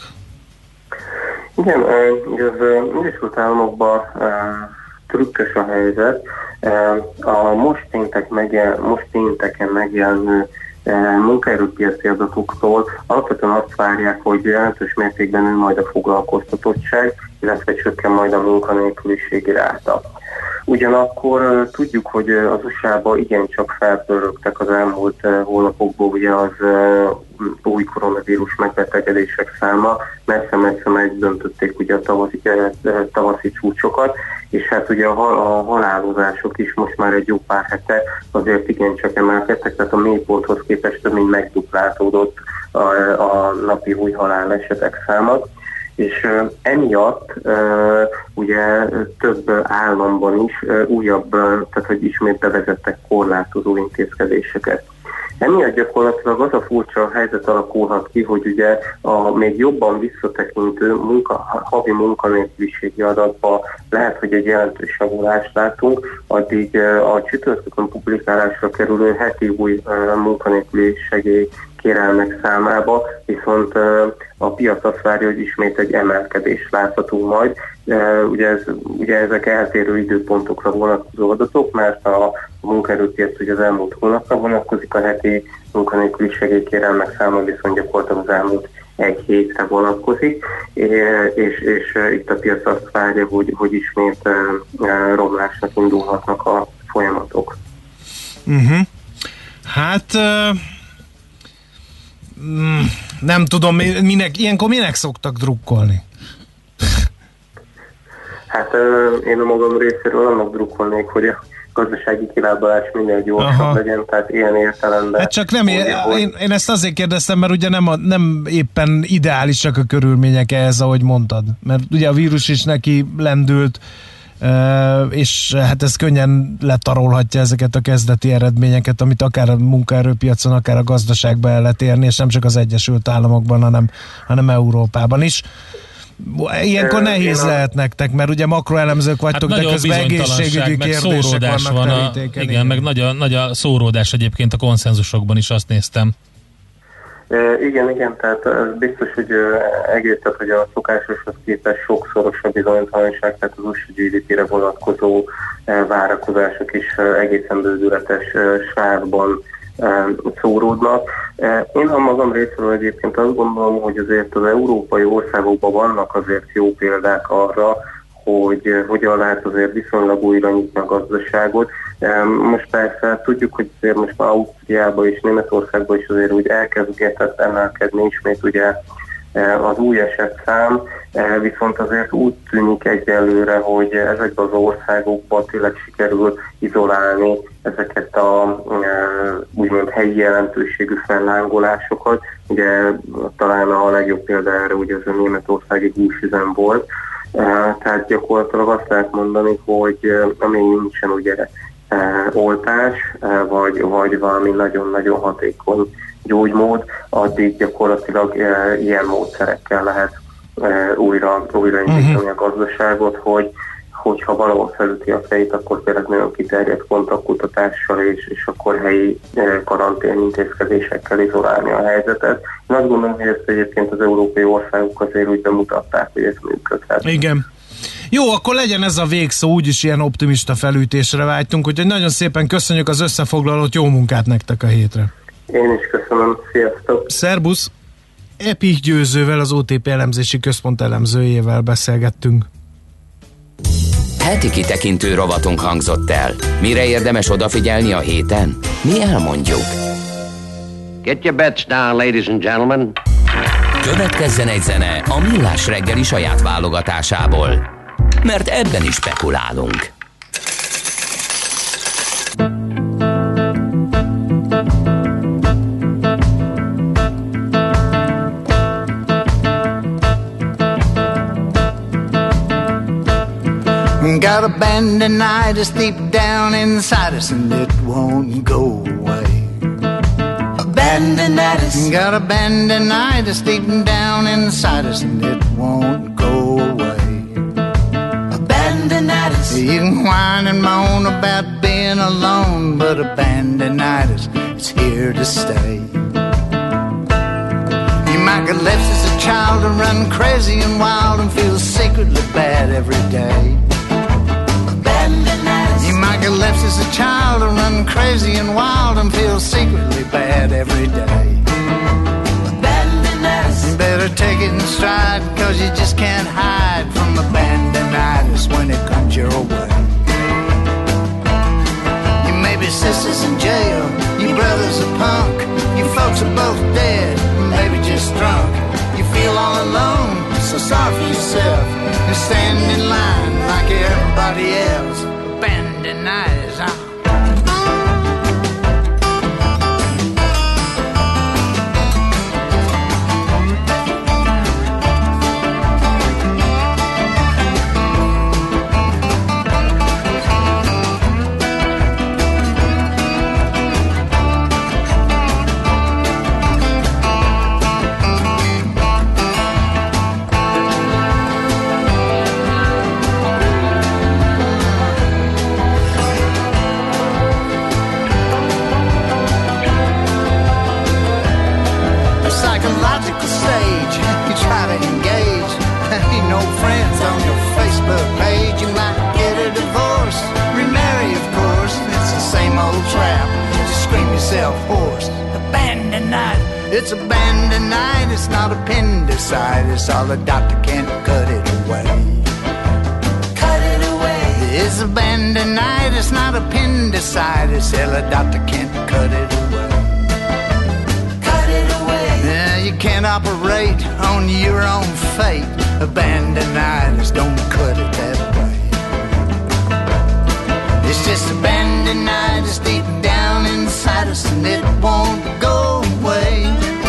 Igen, az Egyesült Államokban trükkös a helyzet. A most, péntek megjel, most pénteken megjelenő munkaerőpiaci adatoktól alapvetően azt várják, hogy jelentős mértékben nő majd a foglalkoztatottság, illetve csökken majd a munkanélküliségi ráta. Ugyanakkor tudjuk, hogy az u es á-ban igencsak felpörögtek az elmúlt hónapokból ugye az új koronavírus megbetegedések száma, messze-messze megdöntötték ugye a tavaszi, tavaszi csúcsokat, és hát ugye a, a halálozások is most már egy jó pár hete azért igencsak emelkedtek, tehát a mélyponthoz képest több mint megduplálódott a, a napi új halálesetek száma. És uh, emiatt uh, ugye több államban is uh, újabb, uh, tehát hogy ismét bevezettek korlátozó intézkedéseket. Emiatt gyakorlatilag az a furcsa helyzet alakulhat ki, hogy ugye a még jobban visszatekintő munka, havi munkanélküliségi adatban lehet, hogy egy jelentős javulást látunk, addig uh, a csütörtökön publikálásra kerülő heti új uh, munkanélküliségi kérelmek számába, viszont a piac azt várja, hogy ismét egy emelkedés láthatunk majd. Ugye, ez, ugye ezek eltérő időpontokra vonatkozó adatok, mert a munkaerőpiac ugye az elmúlt hónapra vonatkozik, a heti munkanélküliségi kérelmek száma viszont gyakorlatilag az elmúlt egy hétre vonatkozik, és, és itt a piac azt várja, hogy, hogy ismét romlásnak indulhatnak a folyamatok. Uh-huh. Hát... Uh... nem tudom, minek, ilyenkor minek szoktak drukkolni? Hát én a magam részéről annak drukkolnék, hogy a gazdasági kilábalás minél gyorsabb Aha. legyen, tehát ilyen értelemben. Hát csak nem, én, én, én ezt azért kérdeztem, mert ugye nem, a, nem éppen ideálisak a körülmények ehhez, ahogy mondtad. Mert ugye a vírus is neki lendült, és hát ez könnyen letarolhatja ezeket a kezdeti eredményeket, amit akár a munkaerőpiacon, akár a gazdaságban el lehet érni, és nem csak az Egyesült Államokban, hanem, hanem Európában is. Ilyenkor nehéz lehet nektek, mert ugye makroelemzők vagytok, hát de közben egészségügyi kérdések vannak van a, igen, igen, meg nagy a, nagy a szóródás egyébként a konszenzusokban is, azt néztem. E, igen, igen, tehát ez biztos, hogy egész, tehát, hogy a szokásoshoz képest sokszoros a bizonytalanság, tehát az u es á gé dé pére vonatkozó várakozások is egészen bődületes sávban szóródnak. Én a magam részéről egyébként azt gondolom, hogy azért az európai országokban vannak azért jó példák arra, hogy hogyan lehet azért viszonylag újra nyitni a gazdaságot. Most persze tudjuk, hogy azért most már Ausztriában és Németországban is azért úgy elkezdett emelkedni ismét ugye az új esetszám, viszont azért úgy tűnik egyelőre, hogy ezekben az országokban tényleg sikerül izolálni ezeket a úgymond helyi jelentőségű fellángolásokat. Ugye talán a legjobb példa erre ugye az a németországi húsüzem volt. Tehát gyakorlatilag azt lehet mondani, hogy amíg nincsen ugye oltás, vagy, vagy valami nagyon-nagyon hatékony gyógymód, addig gyakorlatilag e, ilyen módszerekkel lehet e, újra, újra indítani uh-huh. a gazdaságot, hogy, hogyha valahol felüti a fejét, akkor tényleg nagyon kiterjedt kontaktkutatással és, és akkor helyi karantén intézkedésekkel izolálni a helyzetet. Én azt gondolom, hogy ezt egyébként az európai országok azért úgy bemutatták, hogy ez működhet. Igen. Jó, akkor legyen ez a végszó, úgyis ilyen optimista felütésre vágytunk, úgyhogy nagyon szépen köszönjük az összefoglalót, jó munkát nektek a hétre. Én is köszönöm, sziasztok! Szerbusz! Epik Győzővel, az o té pé elemzési központ elemzőjével beszélgettünk. Heti kitekintő rovatunk hangzott el. Mire érdemes odafigyelni a héten? Mi elmondjuk. Get your bets down, ladies and gentlemen. Következzen egy zene a Millás reggeli saját válogatásából, mert ebben is spekulálunk. Got a bandinitis deep down inside us and it won't go away. A bandinitis. Got a bandinitis deep down inside us and it won't go away. A bandinitis. You can whine and moan about being alone, but a bandinitis is here to stay. You might get left as a child and run crazy and wild and feel secretly bad every day. You might get left as a child and run crazy and wild and feel secretly bad every day. You better take it in stride, cause you just can't hide from the bandinitis when it comes your way. You may be sisters in jail, your brother's a punk, your folks are both dead, maybe just drunk. You feel all alone, so sorry for yourself, and stand in line like everybody else. Bandinitis, huh? It's a bandinitis, not appendicitis. All the doctor can't cut it away. Cut it away. It's a bandinitis, not appendicitis. Hell, a doctor can't cut it away. Cut it away. Yeah, you can't operate on your own fate. A bandinitis, don't cut it that way. It's just a bandinitis deep down inside us, and it won't go away.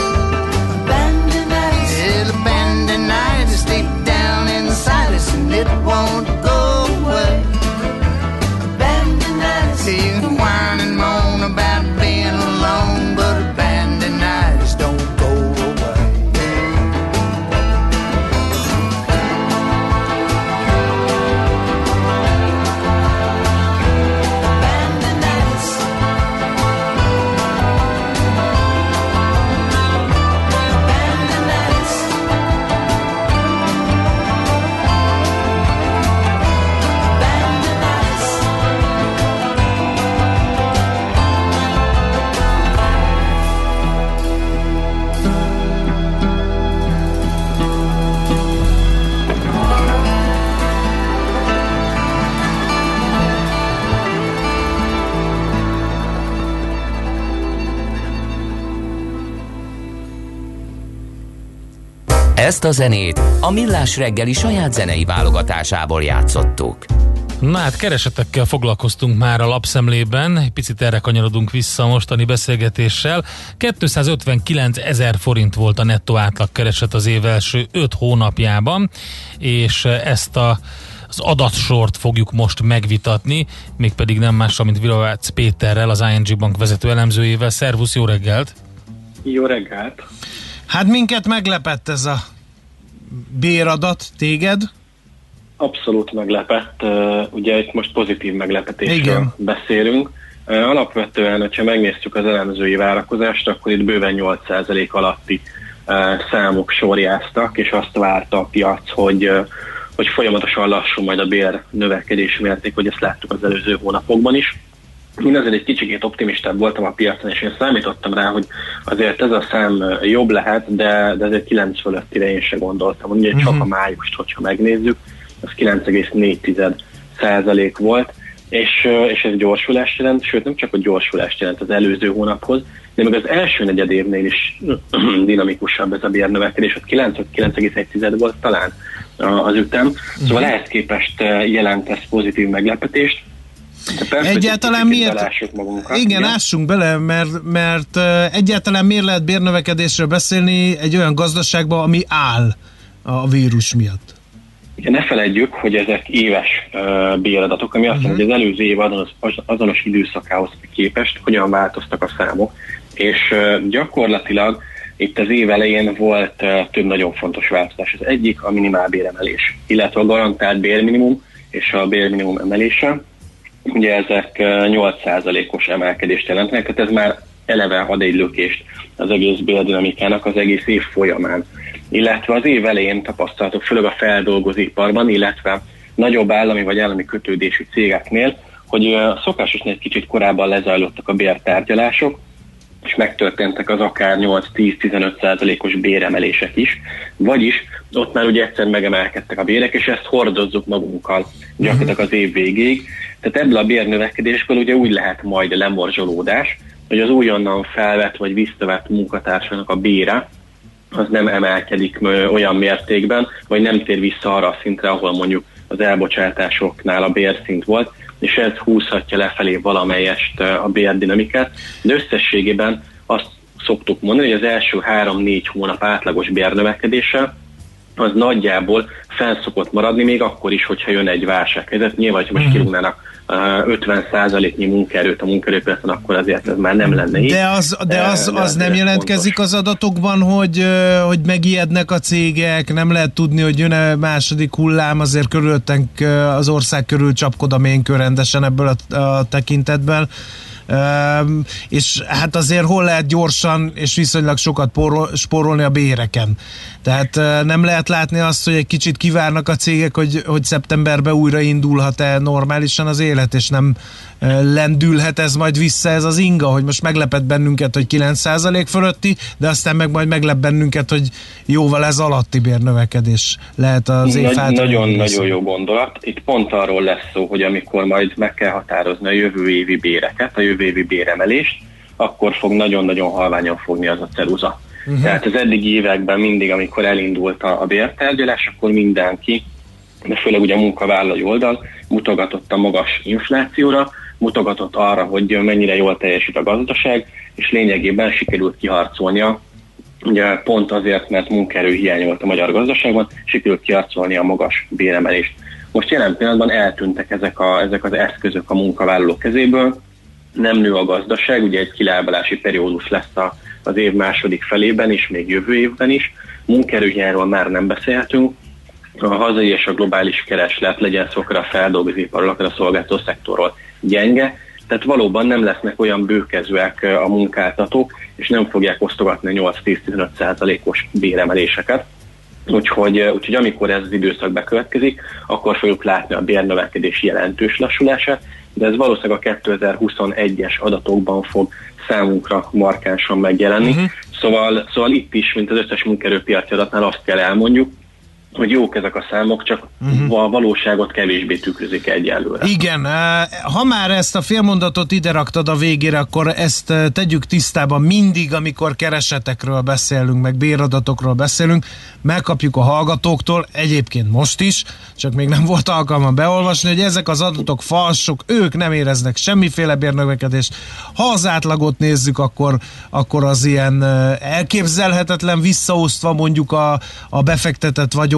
Bandinitis deep down inside us and it won't go away. Bandinitis. You can whine and moan about being alone, but a bandinitis don't go away. Bandinitis. Ezt a zenét a Millás reggeli saját zenei válogatásából játszottuk. Na hát keresetekkel foglalkoztunk már a lapszemlében, egy picit erre kanyarodunk vissza a mostani beszélgetéssel. kétszázötvenkilenc ezer forint volt a nettó átlagkereset az év első öt hónapjában, és ezt a az adatsort fogjuk most megvitatni, mégpedig nem mással, mint Vilovácz Péterrel, az i en gé Bank vezető elemzőjével. Szervusz, jó reggelt! Jó reggelt! Hát minket meglepett ez a béradat, téged? abszolút meglepett. Ugye itt most pozitív meglepetésről Igen. beszélünk. Alapvetően, hogyha megnéztük az elemzői várakozást, akkor itt bőven nyolc százalék alatti számok sorjáztak, és azt várta a piac, hogy, hogy folyamatosan lassul majd a bér növekedés mérték, hogy ezt láttuk az előző hónapokban is. Én azért egy kicsikét optimistább voltam a piacon, és én számítottam rá, hogy azért ez a szám jobb lehet, de, de azért kilenc fölöttire én se gondoltam. Ugye uh-huh. csak a májust, hogyha megnézzük, az kilenc egész négy százalék volt, és, és ez gyorsulást jelent, sőt nem csak a gyorsulást jelent az előző hónaphoz, de még az első negyed évnél is dinamikusabb ez a bérnövekedés, ott kilenc egész egy volt talán az ütem, szóval ehhez képest jelent ez pozitív meglepetést. Egyáltalán miért? Igen, igen, ássunk bele, mert, mert egyáltalán miért lehet bérnövekedésről beszélni egy olyan gazdaságban, ami áll a vírus miatt? Igen, ne feledjük, hogy ezek éves uh, béradatok, ami azt uh-huh. mondja, hogy az előző év azonos, azonos időszakához képest hogyan változtak a számok, és uh, gyakorlatilag itt az év elején volt uh, több nagyon fontos változás. Az egyik a minimálbéremelés, illetve a garantált bérminimum és a bérminimum emelése. Ugye ezek nyolc százalékos emelkedést jelentenek, tehát ez már eleve ad egy lökést az egész bérdinamikának az egész év folyamán. Illetve az év elején tapasztaltok, főleg a feldolgozóiparban, illetve nagyobb állami vagy állami kötődésű cégeknél, hogy szokásosnál egy kicsit korábban lezajlottak a bértárgyalások, és megtörténtek az akár nyolc-tíz-tizenöt százalékos béremelések is, vagyis ott már ugye egyszer megemelkedtek a bérek, és ezt hordozzuk magunkkal gyakorlatilag az év végéig. Tehát ebből a bérnövekedésből ugye úgy lehet majd lemorzsolódás, hogy az újonnan felvett vagy visszavett munkatársának a bére az nem emelkedik olyan mértékben, vagy nem tér vissza arra a szintre, ahol mondjuk az elbocsátásoknál a bérszint volt, és ez húzhatja lefelé valamelyest a bérdinamikát, de összességében azt szoktuk mondani, hogy az első három-négy hónap átlagos bérnövekedése az nagyjából fenn szokott maradni, még akkor is, hogyha jön egy válsághelyzet. Nyilván, hogy most kirúgnának ötven százaléknyi munkaerőt a munkaerőpiacon, akkor azért ez már nem lenne így. De az, de az, de az nem jelentkezik fontos az adatokban, hogy, hogy megijednek a cégek, nem lehet tudni, hogy jön-e második hullám, azért körülöttünk az ország körül csapkod a ménkő rendesen ebből a, a tekintetben. Uh, és hát azért hol lehet gyorsan és viszonylag sokat porol, spórolni a béreken. Tehát uh, nem lehet látni azt, hogy egy kicsit kivárnak a cégek, hogy, hogy szeptemberben újra indulhat-e normálisan az élet, és nem uh, lendülhet ez majd vissza, ez az inga, hogy most meglepett bennünket, hogy kilenc százalék fölötti, de aztán meg majd meglep bennünket, hogy jóval ez alatti bérnövekedés lehet az év Nagy, Nagyon-nagyon jó gondolat. Itt pont arról lesz szó, hogy amikor majd meg kell határozni a jövő évi béreket, a jövő évi béremelést, akkor fog nagyon-nagyon halványan fogni az a ceruza. Uh-huh. Tehát az eddigi években mindig, amikor elindult a, a bértárgyalás, akkor mindenki, de főleg ugye a munkavállalói oldal mutogatott a magas inflációra, mutogatott arra, hogy mennyire jól teljesít a gazdaság, és lényegében sikerült kiharcolnia, ugye pont azért, mert munkaerő hiány volt a magyar gazdaságban, sikerült kiharcolni a magas béremelést. Most jelen pillanatban eltűntek ezek, a, ezek az eszközök a munkavállalók kezéből, nem nő a gazdaság, ugye egy kilábalási periódus lesz a, az év második felében és még jövő évben is. Munkaerőhiányról már nem beszélhetünk. A hazai és a globális kereslet, legyen szó akár a feldolgozóiparról, akár a szolgáltató szektorról gyenge, tehát valóban nem lesznek olyan bőkezőek a munkáltatók, és nem fogják osztogatni a nyolc-tíz-tizenöt százalékos béremeléseket. Úgyhogy, úgyhogy amikor ez az időszak bekövetkezik, akkor fogjuk látni a bérnövekedés jelentős lassulását, de ez valószínűleg a kétezer-huszonegyes adatokban fog számunkra markánsan megjelenni. Uh-huh. Szóval, szóval itt is, mint az összes munkaerőpiaci adatnál azt kell elmondjuk, hogy jók ezek a számok, csak uh-huh. a valóságot kevésbé tükrözik egyelőre. Igen, ha már ezt a félmondatot ide raktad a végére, akkor ezt tegyük tisztában mindig, amikor keresetekről beszélünk, meg béradatokról beszélünk, megkapjuk a hallgatóktól, egyébként most is, csak még nem volt alkalma beolvasni, hogy ezek az adatok falsok, ők nem éreznek semmiféle bérnövekedést. Ha az átlagot nézzük, akkor, akkor az ilyen elképzelhetetlen visszaosztva mondjuk a, a befektetett vagyon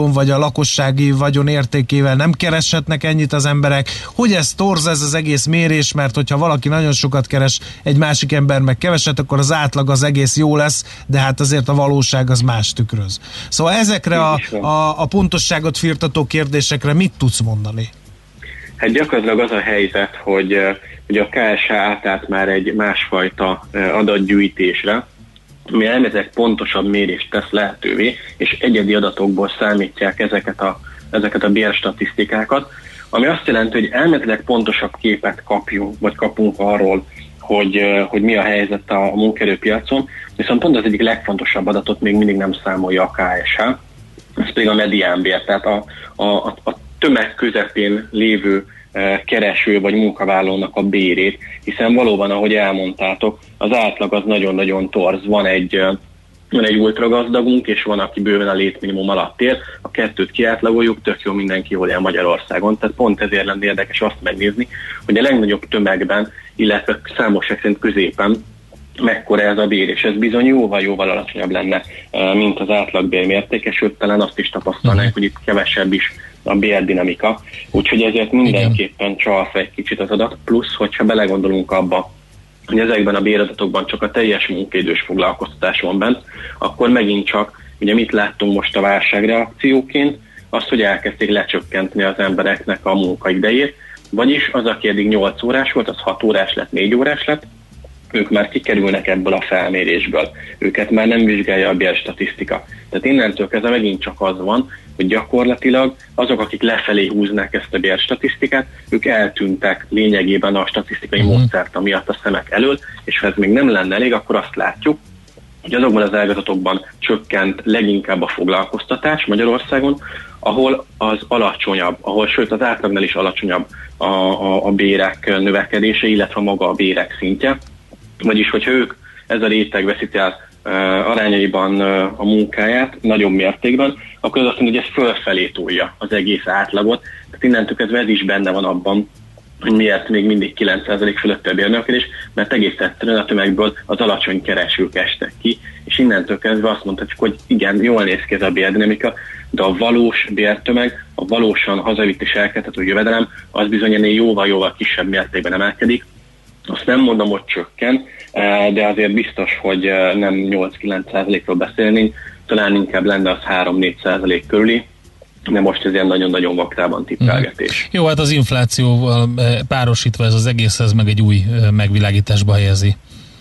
vagyon, vagy a lakossági vagyon értékével nem kereshetnek ennyit az emberek, hogy ez torz ez az egész mérés, mert hogyha valaki nagyon sokat keres, egy másik ember meg keveset, akkor az átlag az egész jó lesz, de hát azért a valóság az más tükröz. Szóval ezekre a, a, a pontosságot firtató kérdésekre mit tudsz mondani? Hát gyakorlatilag az a helyzet, hogy, hogy a ká es há átállt már egy másfajta adatgyűjtésre, ami elméletileg pontosabb mérést tesz lehetővé, és egyedi adatokból számítják ezeket a, ezeket a bérstatisztikákat, ami azt jelenti, hogy elméletileg pontosabb képet kapjunk, vagy kapunk arról, hogy, hogy mi a helyzet a munkaerőpiacon, viszont pont az egyik legfontosabb adatot még mindig nem számolja a ká es há, ez pedig a mediánbér, tehát a, a, a tömeg közepén lévő kereső vagy munkavállalónak a bérét, hiszen valóban, ahogy elmondtátok, az átlag az nagyon-nagyon torz. Van egy, van egy ultragazdagunk, és van, aki bőven a létminimum alatt él. A kettőt kiátlagoljuk, tök jó mindenki hol él Magyarországon. Tehát pont ezért lenne érdekes azt megnézni, hogy a legnagyobb tömegben, illetve számosság szerint középen mekkora ez a bér, és ez bizony jóval-jóval alacsonyabb lenne, mint az átlagbér mértéke, sőt, talán azt is tapasztalnánk, hogy itt kevesebb is a bérdinamika, úgyhogy ezért mindenképpen csalsz egy kicsit az adat, plusz, hogyha belegondolunk abba, hogy ezekben a béradatokban csak a teljes munkaidős foglalkoztatás van bent, akkor megint csak, ugye mit láttunk most a válságreakcióként, az, hogy elkezdték lecsökkenteni az embereknek a munkaidejét, vagyis az, aki eddig nyolc órás volt, az hat órás lett, négy órás lett, ők már kikerülnek ebből a felmérésből. Őket már nem vizsgálja a bérstatisztika. Tehát innentől kezdve megint csak az van, hogy gyakorlatilag azok, akik lefelé húznák ezt a bérstatisztikát, ők eltűntek lényegében a statisztikai uh-huh. módszert miatt a szemek elől, és ha ez még nem lenne elég, akkor azt látjuk, hogy azokban az ágazatokban csökkent leginkább a foglalkoztatás Magyarországon, ahol az alacsonyabb, ahol sőt az átlagnál is alacsonyabb a, a, a bérek növekedése, illetve maga a bérek szintje. Vagyis, hogyha ők, ez a réteg veszít el uh, arányaiban uh, a munkáját, nagyobb mértékben, akkor az azt mondja, hogy ez fölfelé tolja az egész átlagot. Tehát innentől kezdve ez is benne van abban, hogy miért még mindig kilenc százalék fölött a bérnövekedés, mert egész egyszerűen a tömegből az alacsony keresők estek ki, és innentől kezdve azt mondhatjuk, hogy igen, jól néz ki ez a bérdinamika, de a valós bértömeg, a valósan hazavitt és elkeltető jövedelem, az bizony ennél jóval-jóval kisebb mértékben emelkedik. Azt nem mondom, hogy csökken, de azért biztos, hogy nem nyolc-kilenc százalékról beszélnénk, talán inkább lenne az három-négy százalék körüli, de most ez ilyen nagyon-nagyon vakrában tippelgetés. Jó, hát az inflációval párosítva ez az egész, ez meg egy új megvilágításba helyezi.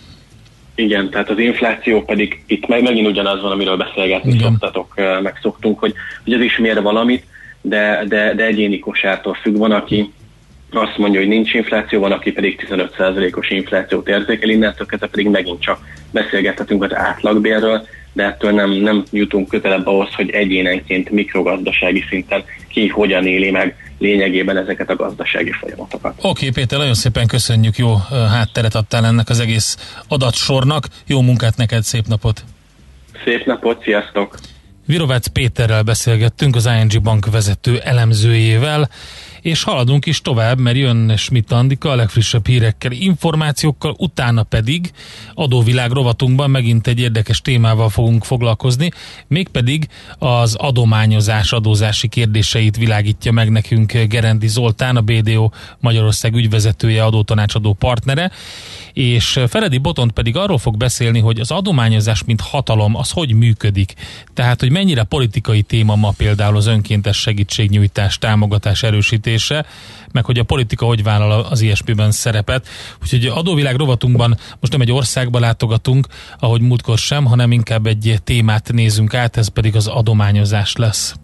Igen, tehát az infláció pedig itt meg, megint ugyanaz van, amiről beszélgetni szoktatok, meg szoktunk, hogy, hogy ez is mér valamit, de, de, de egyéni kosártól függ. Van, aki azt mondja, hogy nincs infláció, van, aki pedig tizenöt százalékos inflációt érzékel, innentől kezdve pedig megint csak beszélgethetünk az átlagbérről, de ettől nem, nem jutunk közelebb ahhoz, hogy egyénenként mikrogazdasági szinten ki hogyan éli meg lényegében ezeket a gazdasági folyamatokat. Oké, okay, Péter, nagyon szépen köszönjük, jó hátteret adtál ennek az egész adatsornak, jó munkát neked, szép napot! Szép napot, sziasztok! Virovácz Péterrel beszélgettünk, az i en gé Bank vezető elemzőjével, és haladunk is tovább, mert jön Schmidt Andika a legfrissebb hírekkel, információkkal, utána pedig adóvilág rovatunkban megint egy érdekes témával fogunk foglalkozni, mégpedig az adományozás, adózási kérdéseit világítja meg nekünk Gerendi Zoltán, a bé dé o Magyarország ügyvezetője, adótanácsadó partnere, és Feledi Botont pedig arról fog beszélni, hogy az adományozás mint hatalom, az hogy működik. Tehát, hogy mennyire politikai téma ma például az önkéntes segítségnyújtás, támogatás erősítése, meg hogy a politika hogy vállal az i es pé-ben szerepet. Úgyhogy adóvilág rovatunkban most nem egy országba látogatunk, ahogy múltkor sem, hanem inkább egy témát nézünk át, ez pedig az adományozás lesz.